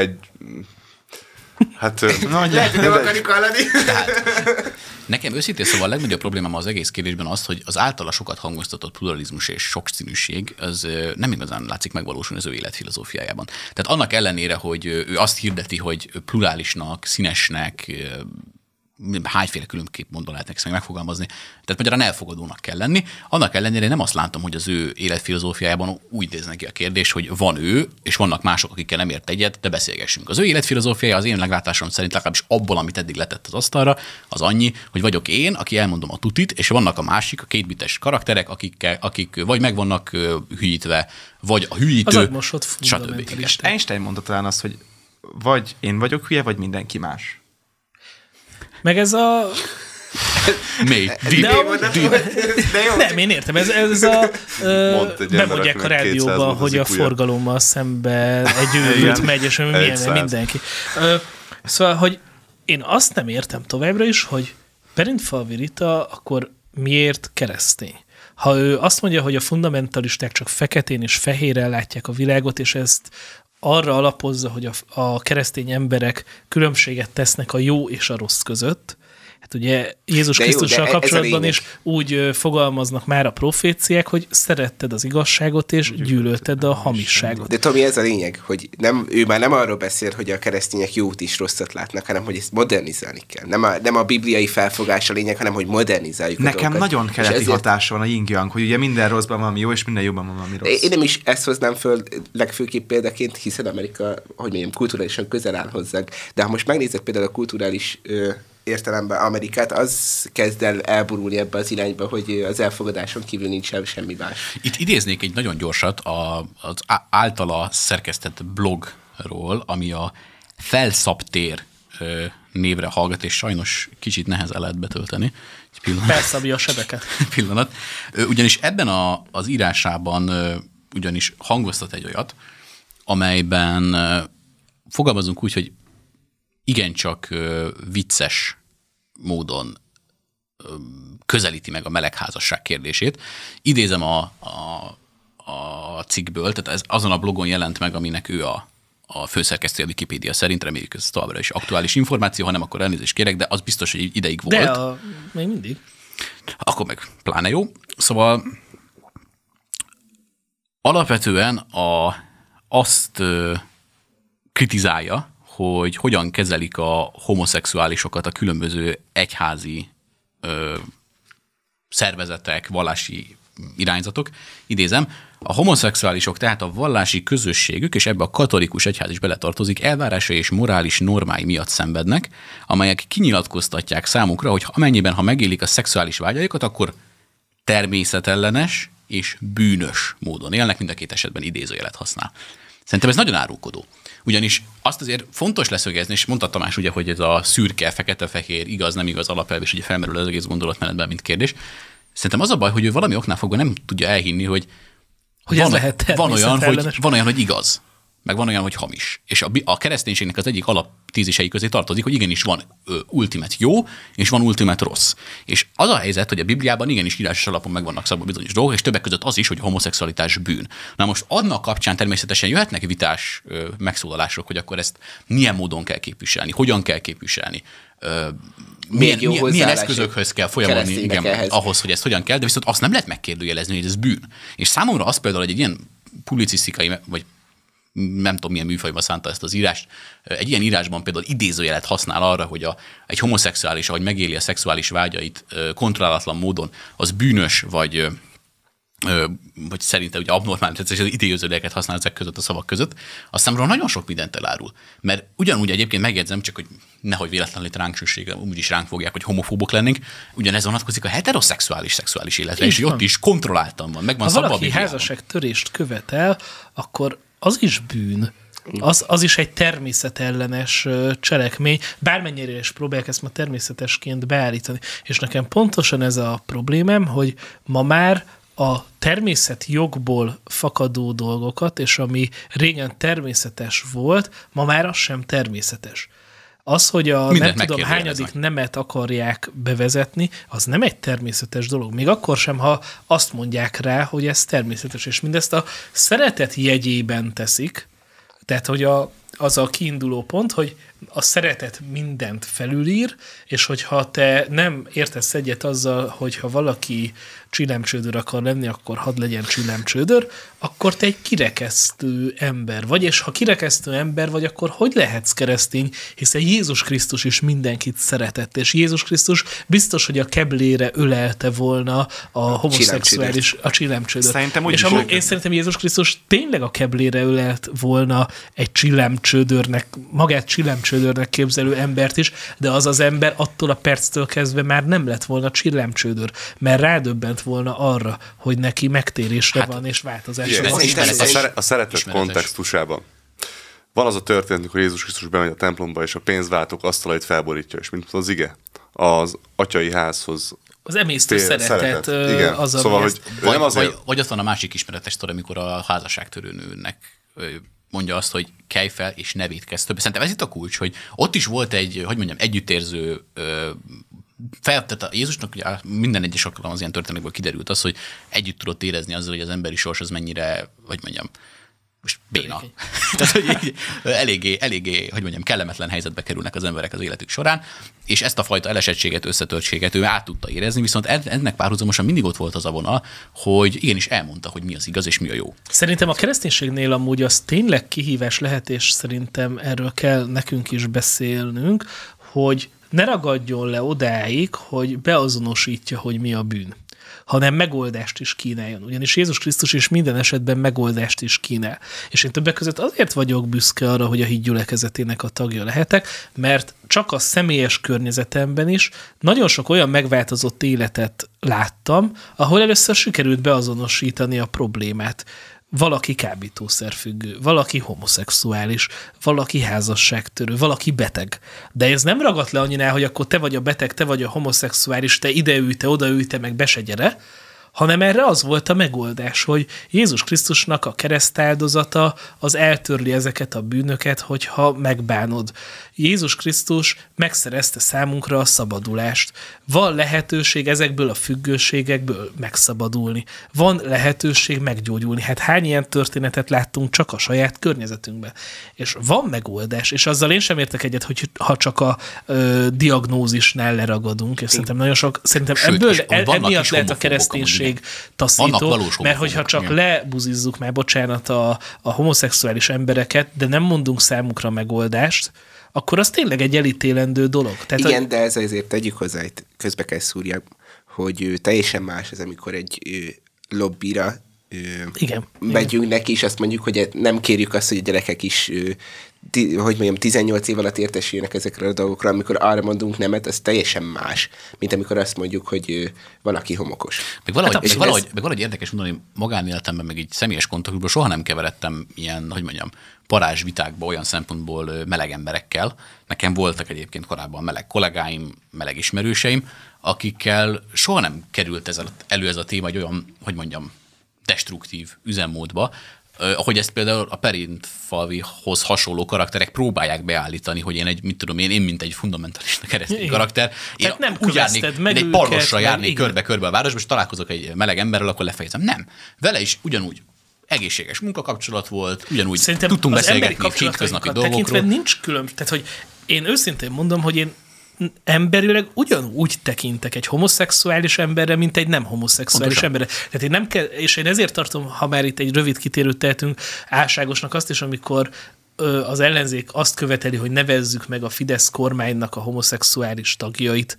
hát... Lehet, hogy nem akarjuk hallani. nekem őszintén szóval a legnagyobb problémám az egész kérdésben az, hogy az általa sokat hangoztatott pluralizmus és sokszínűség az nem igazán látszik megvalósulni az ő életfilozófiájában. Tehát annak ellenére, hogy ő azt hirdeti, hogy plurálisnak, színesnek, hányféle különképp módon lehetnek ezt megfogalmazni. Tehát magyarán elfogadónak kell lenni. Annak ellenére nem azt látom, hogy az ő életfilozófiájában úgy néznek ki a kérdés, hogy van ő, és vannak mások, akikkel nem ért egyet, de beszélgessünk. Az ő életfilozófiája az én meglátásom szerint legalábbis abból, amit eddig letett az asztalra, az annyi, hogy vagyok én, aki elmondom a tutit, és vannak a másik, a kétbites karakterek, akik vagy meg vannak hülyítve, vagy a hülyítő, Az agymosott stb. fundamentalista. Einstein mondta talán azt, hogy vagy én vagyok hülye, vagy mindenki más. Meg ez a... Mély. De jó. nem, én értem, ez a... Mondd egy ember, bemondják a akinek 200 rádióban, volt hogy az a IQ-ja. forgalommal szemben egy őrült megy, és milyen 100. mindenki. Szóval, hogy én azt nem értem továbbra is, hogy Perintfalvi Rita akkor miért keresztény? Ha ő azt mondja, hogy a fundamentalisták csak feketén és fehérrel látják a világot, és ezt arra alapozza, hogy a keresztény emberek különbséget tesznek a jó és a rossz között. Hát ugye Jézus De jó, Krisztussal de ez a kapcsolatban lényeg. is úgy fogalmaznak már a proféciák, hogy szeretted az igazságot, és gyűlölted a hamisságot. De Tomi, ez a lényeg, hogy ő már nem arról beszél, hogy a keresztények jót is rosszat látnak, hanem hogy ezt modernizálni kell. Nem a bibliai felfogás a lényeg, hanem hogy modernizáljuk a Nekem dolgokat. nagyon És keleti ezért- hatása van a yin-yang, hogy ugye minden rosszban valami jó, és minden jóban van valami rossz. Én nem is ezt hoznám föl legfőképp példaként, hiszen Amerika, hogy mondjam, kulturálisan közel áll hozzánk. De ha most megnézed például a kulturális értelemben Amerikát, az kezd el elborulni ebbe az irányba, hogy az elfogadáson kívül nincs semmi más. Itt idéznék egy nagyon gyorsat az általa szerkesztett blogról, ami a Felszabtér névre hallgat, és sajnos kicsit nehezen lehet betölteni. Egy pillanat. Felszabja a sebeket. Pillanat. Ugyanis ebben az írásában ugyanis hangoztat egy olyat, amelyben fogalmazunk úgy, hogy igencsak vicces módon közelíti meg a melegházasság kérdését. Idézem a cikkből, tehát ez azon a blogon jelent meg, aminek ő a főszerkesztő a Wikipédia szerint, reméljük ez továbbra is aktuális információ, ha nem, akkor elnézést kérek, de az biztos, hogy ideig volt. De még mindig. Akkor meg pláne jó. Szóval alapvetően azt kritizálja, hogy hogyan kezelik a homoszexuálisokat a különböző egyházi szervezetek, vallási irányzatok. Idézem, a homoszexuálisok, tehát a vallási közösségük, és ebbe a katolikus egyház is beletartozik, elvárásai és morális normái miatt szenvednek, amelyek kinyilatkoztatják számukra, hogy amennyiben, ha megélik a szexuális vágyaikat, akkor természetellenes és bűnös módon élnek, mind a két esetben idézőjelet használ. Szerintem ez nagyon árulkodó. Ugyanis azt azért fontos leszögezni, és mondta Tamás ugye, hogy ez a szürke, fekete-fehér, igaz, nem igaz alapelv, és ugye felmerül az egész gondolatmenetben, mint kérdés. Szerintem az a baj, hogy ő valami oknál fogva nem tudja elhinni, hogy van olyan, hogy igaz, meg van olyan, hogy hamis. És a kereszténységnek az egyik alaptízisei közé tartozik, hogy igenis van ultimate jó, és van ultimate rossz. És az a helyzet, hogy a Bibliában igenis írásos alapon meg vannak szabva bizonyos dolgok, és többek között az is, hogy a homoszexualitás bűn. Na most annak kapcsán természetesen jöhetnek vitás megszólalások, hogy akkor ezt milyen módon kell képviselni, hogyan kell képviselni, milyen eszközökhöz kell folyamodni ahhoz, hogy ezt hogyan kell, de viszont azt nem lehet megkérdőjelezni, hogy ez bűn. És számomra az például, hogy egy ilyen publicisztikai, vagy nem tudom milyen műfajban szánta ezt az írást, egy ilyen írásban például idézőjelet használ arra, hogy egy homoszexuális, ahogy megéli a szexuális vágyait kontrollálatlan módon, az bűnös, vagy szerintem ugye abnormális, tehát az idézőjeleket használ ezek között a szavak között, azt számomra nagyon sok mindent elárul. Mert ugyanúgy egyébként megjegyzem, csak hogy nehogy véletlenül itt ránk süssége, úgyis ránk fogják, hogy homofóbok lennénk, ugyanez vonatkozik a heteroszexuális szexuális életre, és ott is kontrolláltan van, megvan szabva a Bibliában. Ha valaki házasságtörést követel, akkor az is bűn. Az is egy természetellenes cselekmény, bármennyire is próbálják ezt ma természetesként beállítani. És nekem pontosan ez a problémám, hogy ma már a természetjogból fakadó dolgokat, és ami régen természetes volt, ma már az sem természetes. Az, hogy nem tudom hányadik nemet akarják bevezetni, az nem egy természetes dolog. Még akkor sem, ha azt mondják rá, hogy ez természetes. És mindezt a szeretet jegyében teszik, tehát hogy az a kiinduló pont, hogy a szeretet mindent felülír, és hogyha te nem értesz egyet azzal, hogyha valaki csillámcsődör akar lenni, akkor hadd legyen csillámcsődör, akkor te egy kirekesztő ember vagy, és ha kirekesztő ember vagy, akkor hogy lehetsz keresztény, hiszen Jézus Krisztus is mindenkit szeretett, és Jézus Krisztus biztos, hogy a keblére ölelte volna a homoszexuális, a csillámcsődört. És én szerintem Jézus Krisztus tényleg a keblére ölelt volna egy csillámcsődörnek, magát csillámcsődörnek képzelő embert is, de az az ember attól a perctől kezdve már nem lett volna csillámcsődör, mert rádöbbent volna arra, hogy neki megtérésre van és változásra van. A szeretet kontextusában van az a történet, amikor Jézus Krisztus bemegy a templomba, és a pénzváltók asztalait felborítja, és mint az ige, az atyai házhoz az emésztő szeretet. Igen. Az, szóval, hogy vagy ott van a másik ismeretes sztori, amikor a házasságtörőnőnek mondja azt, hogy kelj fel, és ne vétkezz többet. Szerintem ez itt a kulcs, hogy ott is volt egy, hogy mondjam, együttérző tehát a Jézusnak ugye minden egyes alkalom az ilyen történetből kiderült az, hogy együtt tudott érezni azzal, hogy az emberi sors az mennyire, hogy mondjam, most béna. Tehát, hogy eléggé, hogy mondjam, kellemetlen helyzetbe kerülnek az emberek az életük során, és ezt a fajta elesettséget, összetörtséget ő át tudta érezni, viszont ennek párhuzamosan mindig ott volt az a vonal, hogy igenis elmondta, hogy mi az igaz és mi a jó. Szerintem a kereszténységnél amúgy az tényleg kihívás lehet, és szerintem erről kell nekünk is beszélnünk, hogy ne ragadjon le odáig, hogy beazonosítja, hogy mi a bűn, hanem megoldást is kínáljon. Ugyanis Jézus Krisztus is minden esetben megoldást is kínál. És én többek között azért vagyok büszke arra, hogy a híd gyülekezetének a tagja lehetek, mert csak a személyes környezetemben is nagyon sok olyan megváltozott életet láttam, ahol először sikerült beazonosítani a problémát. Valaki kábítószerfüggő, valaki homoszexuális, valaki házasságtörő, valaki beteg. De ez nem ragadt le annyinál, hogy akkor te vagy a beteg, te vagy a homoszexuális, te ide ülj, te oda ülj, te meg be se gyere, hanem erre az volt a megoldás, hogy Jézus Krisztusnak a keresztáldozata az eltörli ezeket a bűnöket, hogyha megbánod. Jézus Krisztus megszerezte számunkra a szabadulást. Van lehetőség ezekből a függőségekből megszabadulni. Van lehetőség meggyógyulni. Hát hány ilyen történetet láttunk csak a saját környezetünkben. És van megoldás, és azzal én sem értek egyet, hogy ha csak a diagnózisnál leragadunk, és szerintem nagyon sok, ebből emiatt lehet a kereszténység taszító, mert hogyha csak lebuzizzuk már, bocsánat, a homoszexuális embereket, de nem mondunk számukra megoldást, akkor az tényleg egy elítélendő dolog. Tehát, igen, de ez azért tegyük hozzá, itt közbe kell szúrjam, hogy teljesen más az, amikor egy lobbira megyünk neki, és azt mondjuk, hogy nem kérjük azt, hogy a gyerekek is hogy mondjam, 18 év alatt értesüljenek ezekről a dolgokra, amikor arra mondunk nemet, az teljesen más, mint amikor azt mondjuk, hogy valaki homokos. Meg valahogy érdekes mondani, magánéletemben, meg így személyes kontaktból soha nem keveredtem ilyen, hogy mondjam, parázsvitákba olyan szempontból meleg emberekkel. Nekem voltak egyébként korábban meleg kollégáim, meleg ismerőseim, akikkel soha nem került elő ez a téma egy olyan, hogy mondjam, destruktív üzemmódba, ahogy ezt például a Perintfalvihoz hasonló karakterek próbálják beállítani, hogy én mint egy fundamentalista keresztény karakter, én nem úgy járnék, egy pallosra járnék körbe-körbe a városba, és találkozok egy meleg emberrel, akkor lefejezem. Nem. Vele is ugyanúgy egészséges munkakapcsolat volt, ugyanúgy szerintem tudtunk beszélgetni hétköznapi dolgokról. Nincs különbség. Tehát, hogy én őszintén mondom, hogy én emberileg ugyanúgy tekintek egy homoszexuális emberre, mint egy nem homoszexuális emberre. Tehát én nem kell, és én ezért tartom, ha már itt egy rövid kitérőt tehetünk, álságosnak azt is, amikor az ellenzék azt követeli, hogy nevezzük meg a Fidesz kormánynak a homoszexuális tagjait.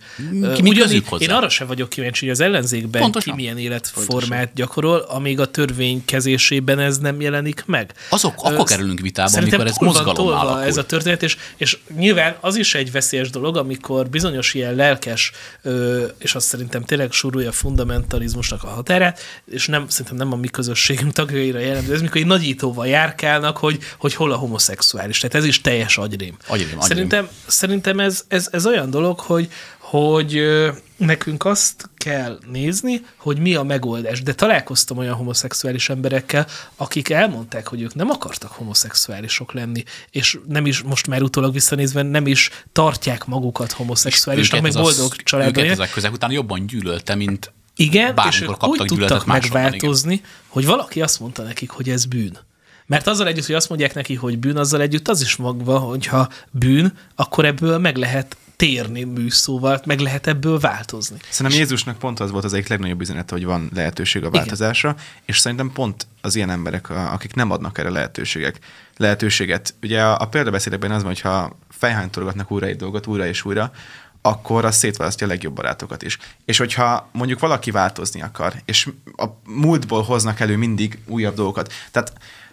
Én arra sem vagyok kíváncsi, hogy az ellenzékben pontosan. Ki milyen életformát gyakorol, amíg a törvény kezésében ez nem jelenik meg. Akkor kerülünk vitába, amikor ez mozgalommal alakul. Ez a történet, és nyilván az is egy veszélyes dolog, amikor bizonyos ilyen lelkes, és azt szerintem tényleg súrolja a fundamentalizmusnak a határát, és szerintem nem a mi közösségünk tagjaira jellemző, ez mikor egy nagyítóval járkálnak, hogy hol a homoszexuális. Tehát ez is teljes agyrém. Szerintem ez olyan dolog, hogy nekünk azt kell nézni, hogy mi a megoldás. De találkoztam olyan homoszexuális emberekkel, akik elmondták, hogy ők nem akartak homoszexuálisok lenni, és nem is, most már utólag visszanézve, nem is tartják magukat homoszexuálisnak, meg boldog családban. Őket ezek közek után jobban gyűlölte, mint igen, és ők úgy tudtak megváltozni, hogy valaki azt mondta nekik, hogy ez bűn. Mert azzal együtt, hogy azt mondják neki, hogy bűn, azzal együtt az is magva, hogyha bűn, akkor ebből meg lehet térni műszóval, meg lehet ebből változni. Szerintem Jézusnak pont az volt az egyik legnagyobb üzenete, hogy van lehetőség a változásra, igen. És szerintem pont az ilyen emberek, akik nem adnak erre lehetőséget. Ugye a példabeszédekben az van, hogyha fejhánytorogatnak újra egy dolgot, újra és újra, akkor az szétválasztja a legjobb barátokat is. És hogyha mondjuk valaki változni akar, és a múltból hoznak elő mindig újabb dolgokat, tehát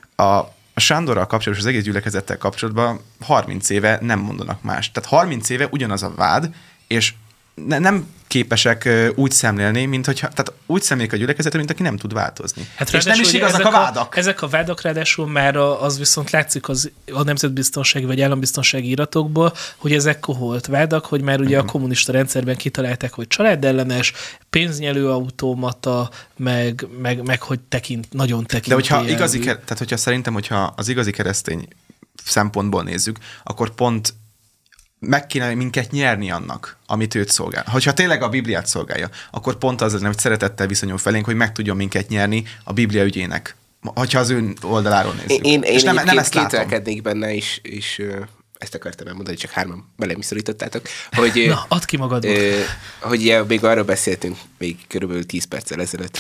a Sándorral kapcsolatban, az egész gyülekezettel kapcsolatban 30 éve nem mondanak más. Tehát 30 éve ugyanaz a vád, és nem képesek úgy szemlélni, tehát úgy szemlélik a gyülekezetre, mint aki nem tud változni. Hát és nem is igazak a vádak. Ezek a vádak ráadásul már az viszont látszik a nemzetbiztonsági vagy állambiztonsági iratokból, hogy ezek koholt vádak, hogy már ugye a kommunista rendszerben kitalálták, hogy családellenes, pénznyelő automata, meg hogy nagyon tekintélyelvű. De hogyha szerintem, hogyha az igazi keresztény szempontból nézzük, akkor pont meg kéne minket nyerni annak, amit őt szolgál. Ha tényleg a Bibliát szolgálja, akkor pont az lenne, hogy szeretettel viszonyul felénk, hogy meg tudjon minket nyerni a Biblia ügyének. Ha az ön oldaláról nézzük. Én nem ezt kételkednék benne, és ezt akartam elmondani, csak hárman belém szorítottátok, hogy... Na, add ki magadból. Hogy még arról beszéltünk még körülbelül 10 perccel ezelőtt,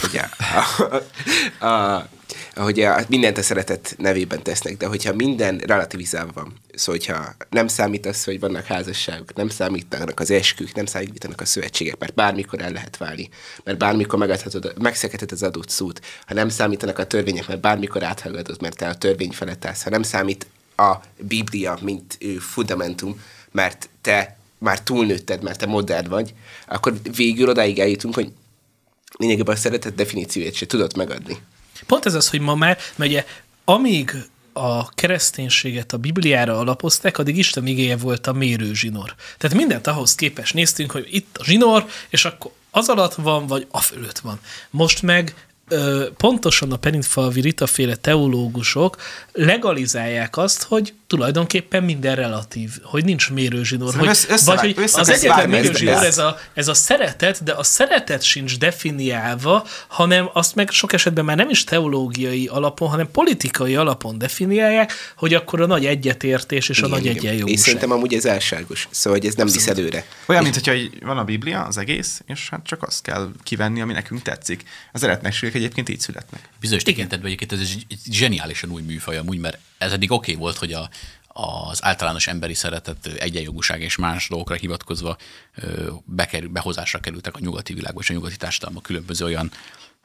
hogy mindent a szeretet nevében tesznek, de hogyha minden relativizálva van, szóval hogyha nem számít az, hogy vannak házasságok, nem számítanak az eskük, nem számítanak a szövetségek, mert bármikor el lehet válni, mert bármikor megszegheted az adott szót, ha nem számítanak a törvények, mert bármikor áthallgatod, mert te a törvény felett állsz, ha nem számít a Biblia, mint fundamentum, mert te már túlnőtted, mert te modern vagy, akkor végül odáig eljutunk, hogy lényegében a szeretet definícióját se tudod megadni. Pont ez az, hogy ma már, mert ugye amíg a kereszténységet a Bibliára alapozták, addig Isten igéje volt a mérőzsinór. Tehát mindent ahhoz képest néztünk, hogy itt a zsinór, és akkor az alatt van, vagy a fölött van. Most meg pontosan a Perintfalvi Rita-féle teológusok legalizálják azt, hogy tulajdonképpen minden relatív, hogy nincs mérőzsinór. Vagy hogy az egyetlen mérőzsinór ez a szeretet, de a szeretet sincs definiálva, hanem azt meg sok esetben már nem is teológiai alapon, hanem politikai alapon definiálják, hogy akkor a nagy egyetértés és a nagy egyenjogúság. És szerintem amúgy ez álságos, szóval hogy ez nem visz előre. Olyan, mint hogyha van a Biblia, az egész, és hát csak azt kell kivenni, ami nekünk tetszik. Az eretnekségek egyébként így születnek. Bizonyos tekintetben egyébként ez egy zseniálisan új műfaj amúgy, mert ez eddig oké volt, hogy az általános emberi szeretet, egyenjogúság és más dolgokra hivatkozva behozásra kerültek a nyugati világba és a nyugati társadalomban különböző olyan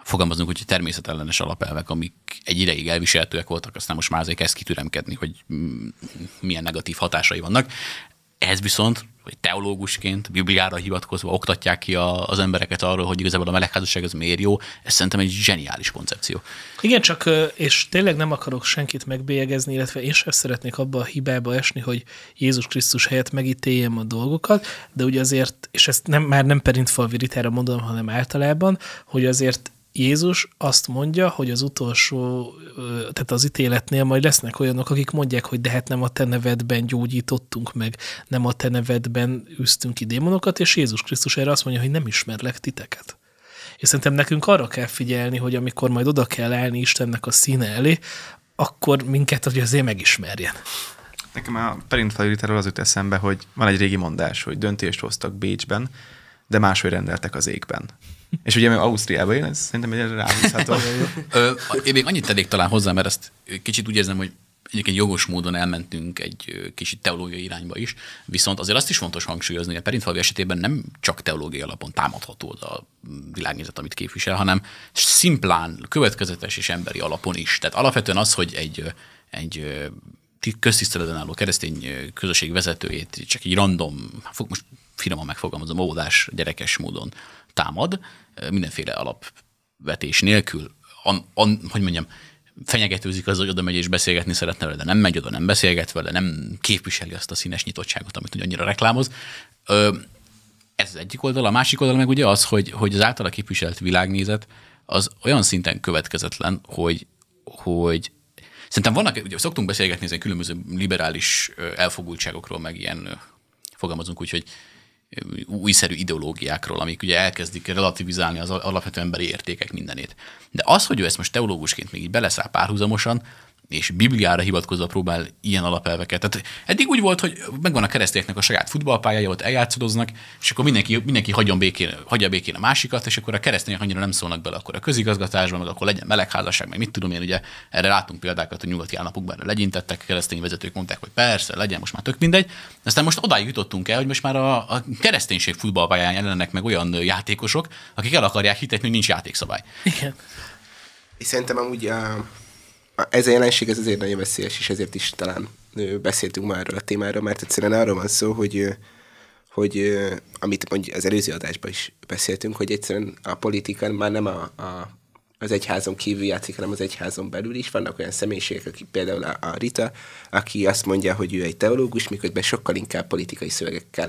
fogalmazunk, hogy természetellenes alapelvek, amik egy ideig elviselhetőek voltak, aztán most már azért kezd kitüremkedni, hogy milyen negatív hatásai vannak. Ez viszont, hogy teológusként, Bibliára hivatkozva oktatják ki az embereket arról, hogy igazából a melegházasság az miért jó, ez szerintem egy zseniális koncepció. Igen, csak, és tényleg nem akarok senkit megbélyegezni, illetve én sem szeretnék abba a hibába esni, hogy Jézus Krisztus helyett megítéljem a dolgokat, de ugye azért, és ezt már nem Perintfalvi Ritára mondom, hanem általában, hogy azért Jézus azt mondja, hogy az utolsó, tehát az ítéletnél majd lesznek olyanok, akik mondják, hogy de hát nem a te nevedben gyógyítottunk meg, nem a te nevedben űztünk ki démonokat, és Jézus Krisztus erre azt mondja, hogy nem ismerlek titeket. És szerintem nekünk arra kell figyelni, hogy amikor majd oda kell állni Istennek a színe elé, akkor minket hogy azért megismerjen. Nekem a Perintfalvi Ritáról az jut eszembe, hogy van egy régi mondás, hogy döntést hoztak Bécsben, de máshogy rendeltek az égben. És ugye Ausztriában én, ez szerintem egy ráhúzható. Én még annyit tennék talán hozzá, mert ezt kicsit úgy érzem, hogy egyébként jogos módon elmentünk egy kicsit teológiai irányba is, viszont azért azt is fontos hangsúlyozni, hogy a Perintfalvi esetében nem csak teológiai alapon támadható a világnézet, amit képvisel, hanem szimplán, következetes és emberi alapon is. Tehát alapvetően az, hogy egy köztiszteleten álló keresztény közösség vezetőjét csak egy random, most finoman megfogalmazom, óvodás, gyerekes módon támad, mindenféle alapvetés nélkül, hogy mondjam, fenyegetőzik az, hogy oda megy és beszélgetni szeretne vele, de nem megy oda, nem beszélget vele, nem képviseli azt a színes nyitottságot, amit ugye annyira reklámoz. Ez az egyik oldal, a másik oldal meg ugye az, hogy az általa képviselt világnézet az olyan szinten következetlen, hogy szerintem vannak, ugye szoktunk beszélgetni ezen különböző liberális elfogultságokról, meg ilyen, fogalmazunk úgy, hogy újszerű ideológiákról, amik ugye elkezdik relativizálni az alapvető emberi értékek mindenét. De az, hogy ő ezt most teológusként még így beleszáll párhuzamosan, és Bibliára hivatkozva próbál ilyen alapelveket. Tehát eddig úgy volt, hogy megvan a keresztényeknek a saját futballpályája, ott eljátszadoznak, és akkor mindenki hagyja békén a másikat, és akkor a keresztények annyira nem szólnak bele akkor a közigazgatásban, meg akkor legyen melegházasság, meg mit tudom én, ugye erre látunk példákat, hogy nyugati államokban erre legyintettek, keresztény vezetők mondták, hogy persze, legyen, most már tök mindegy. Aztán most odáig jutottunk el, hogy most már a kereszténység futballpályán jelennek meg olyan játékosok, akik el akarják hitetni, hogy nincs játékszabály. Igen. És szerintem amúgy ez a jelenség ez azért nagyon veszélyes, és ezért is talán beszéltünk már erről a témáról, mert egyszerűen arról van szó, hogy amit mondjuk az előző adásban is beszéltünk, hogy egyszerűen a politika már nem az egyházon kívül játszik, hanem az egyházon belül is. Vannak olyan személyiségek, akik például a Rita, aki azt mondja, hogy ő egy teológus, miközben sokkal inkább politikai szövegekkel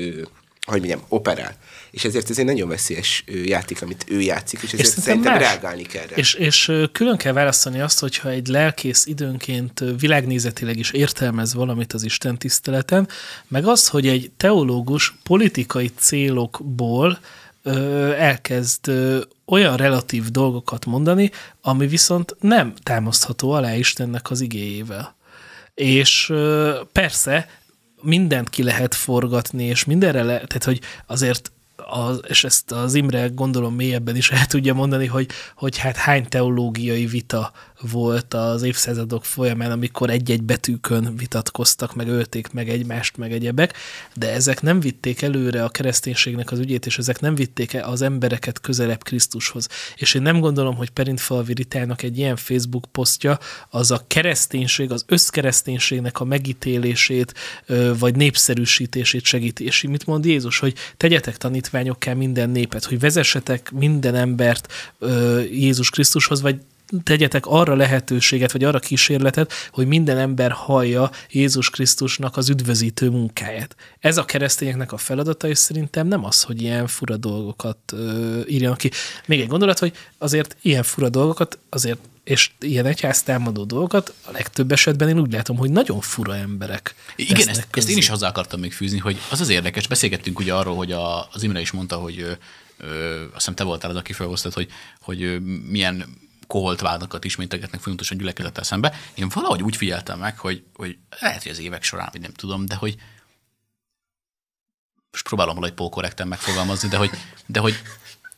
operál. És ezért ez egy nagyon veszélyes játék, amit ő játszik, és ezért szerintem reagálni kell rá. És külön kell választani azt, hogyha egy lelkész időnként világnézetileg is értelmez valamit az Isten tiszteleten, meg az, hogy egy teológus politikai célokból elkezd olyan relatív dolgokat mondani, ami viszont nem támasztható alá Istennek az igéjével. És persze mindent ki lehet forgatni, és mindenre tehát hogy azért, és ezt az Imre gondolom mélyebben is el tudja mondani, hogy hát hány teológiai vita volt az évszázadok folyamán, amikor egy-egy betűkön vitatkoztak, meg ölték meg egymást, meg egyebek, de ezek nem vitték előre a kereszténységnek az ügyét, és ezek nem vitték az embereket közelebb Krisztushoz. És én nem gondolom, hogy Perintfalvi Ritának egy ilyen Facebook posztja az a kereszténység, az összkereszténységnek a megítélését, vagy népszerűsítését segíti. És mit mond Jézus, hogy tegyetek tanítványokká minden népet, hogy vezessetek minden embert Jézus Krisztushoz, vagy tegyetek arra lehetőséget, vagy arra kísérletet, hogy minden ember hallja Jézus Krisztusnak az üdvözítő munkáját. Ez a keresztényeknek a feladata, és szerintem nem az, hogy ilyen fura dolgokat írjanak ki. Még egy gondolat, hogy azért ilyen fura dolgokat, azért, és ilyen egyháztámadó dolgokat a legtöbb esetben én úgy látom, hogy nagyon fura emberek. Igen, ezt én is hozzá akartam még fűzni, hogy az érdekes, beszélgettünk ugye arról, hogy az Imre is mondta, hogy azt hiszem te voltál az, aki felhoztad, hogy milyen koholt vádakat ismételgetnek folyamatosan gyülekezettel szembe. Én valahogy úgy figyeltem meg, hogy lehet, hogy az évek során, vagy nem tudom, de hogy most próbálom valahogy polkorrekten megfogalmazni, de hogy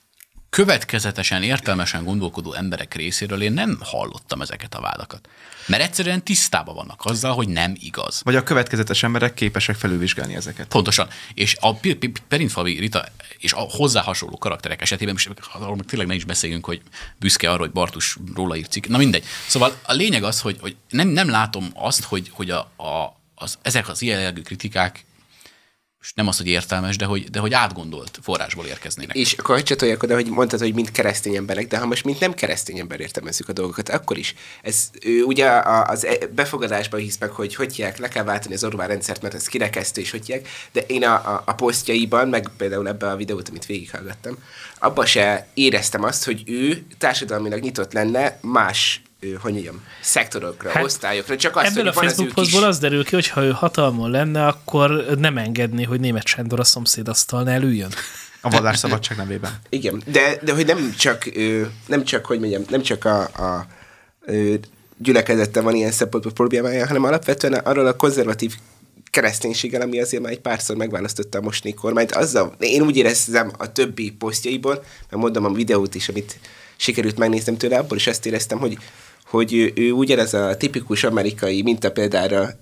következetesen, értelmesen gondolkodó emberek részéről én nem hallottam ezeket a vádakat. Mert egyszerűen tisztában vannak azzal, hogy nem igaz. Vagy a következetes emberek képesek felülvizsgálni ezeket. Pontosan. És a Perintfalvi Rita és a hozzá hasonló karakterek esetében, és arról tényleg ne is beszéljünk, hogy büszke arra, hogy Bartus róla írt cikk. Na mindegy. Szóval a lényeg az, hogy nem látom azt, hogy ezek az ilyen jellegű kritikák és nem az, hogy értelmes, de hogy átgondolt forrásból érkeznének. És akkor hogy csatoljak oda, hogy mondtad, hogy mint keresztény emberek, de ha most mint nem keresztény ember értelmezzük a dolgokat, akkor is. Ez ugye az befogadásban hisz meg, hogy hívják, le kell váltani az Orbán rendszert, mert ez kirekesztő, és hogy hívják, de én a posztjaiban, meg például ebben a videót, amit végighallgattam, abban se éreztem azt, hogy ő társadalmilag nyitott lenne más hogy mondjam, szektorokra, osztályokra, csak azt, ebből hogy a Facebook posztból az derül ki, hogy ha ő hatalmon lenne, akkor nem engedné, hogy Németh Sándor a szomszédasztalnál üljön. A vallásszabadság nevében. Igen, de hogy nem csak, hogy mondjam, nem csak a gyülekezettel van ilyen szempontból problémája, hanem alapvetően arról a konzervatív kereszténységgel, ami azért már egy párszor megválasztotta a mostani kormányt. Azzal, én úgy éreztem a többi posztjaiból, mert mondom a videót is, amit sikerült megnéznem tőle, abból is azt éreztem, hogy ő ugyanez a tipikus amerikai mintapéldára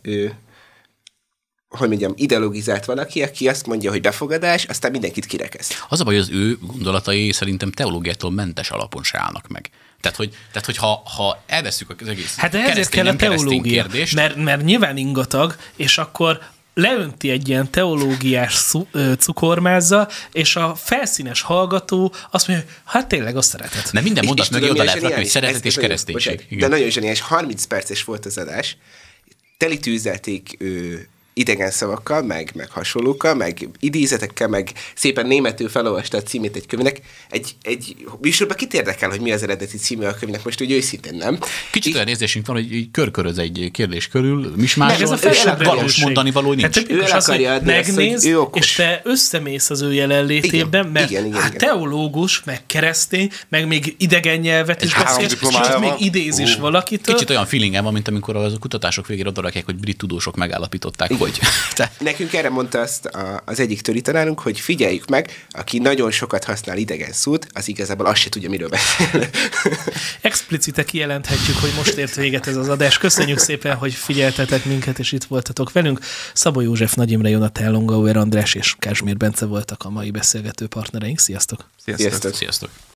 hogy mondjam, ideologizált valaki, aki azt mondja, hogy befogadás, aztán mindenkit kirekeszt. Az a baj, hogy az ő gondolatai szerintem teológiától mentes alapon se állnak meg. Tehát hogy ha elveszük az egész hát ezért kell a teológia, kérdést, mert nyilván ingatag, és akkor leönti egy ilyen teológiás cukormázzal, és a felszínes hallgató azt mondja, hogy hát tényleg azt szeretett. Mert minden mondat mögé oda lehet rakni, hogy szeretet és kereszténység. De nagyon zseniális, 30 perces volt az adás, teli tűzelték idegen szavakkal, meg hasonlókkal, meg idézetekkel, meg szépen németül felolvasta a címét egy könyvnek. Egy műsorban kit érdekel, hogy mi az eredeti címe a könyvnek, most úgy őszintén nem. Kicsit olyan érzésünk van, hogy így körköröz egy kérdés körül, mismásol, és valós mondani való nincs. Hát ő az, hogy megnéz, és te összemész az ő jelenlétében, mert igen. Teológus, meg keresztény, meg még idegen nyelvet is beszél, és még idéz is valakitől. Kicsit olyan feelingem van, mint amikor a kutatások végére odarakják, hogy brit tudósok megállapították, hogy... Nekünk erre mondta azt az egyik töritanárunk, hogy figyeljük meg, aki nagyon sokat használ idegen szót, az igazából azt se tudja, miről beszél. Explicite kijelenthetjük, hogy most ért véget ez az adás. Köszönjük szépen, hogy figyeltetek minket, és itt voltatok velünk. Szabó József, Nagy Imre, Jonatán Longauer András és Kázsmér Bence voltak a mai beszélgető partnereink. Sziasztok! Sziasztok! Sziasztok.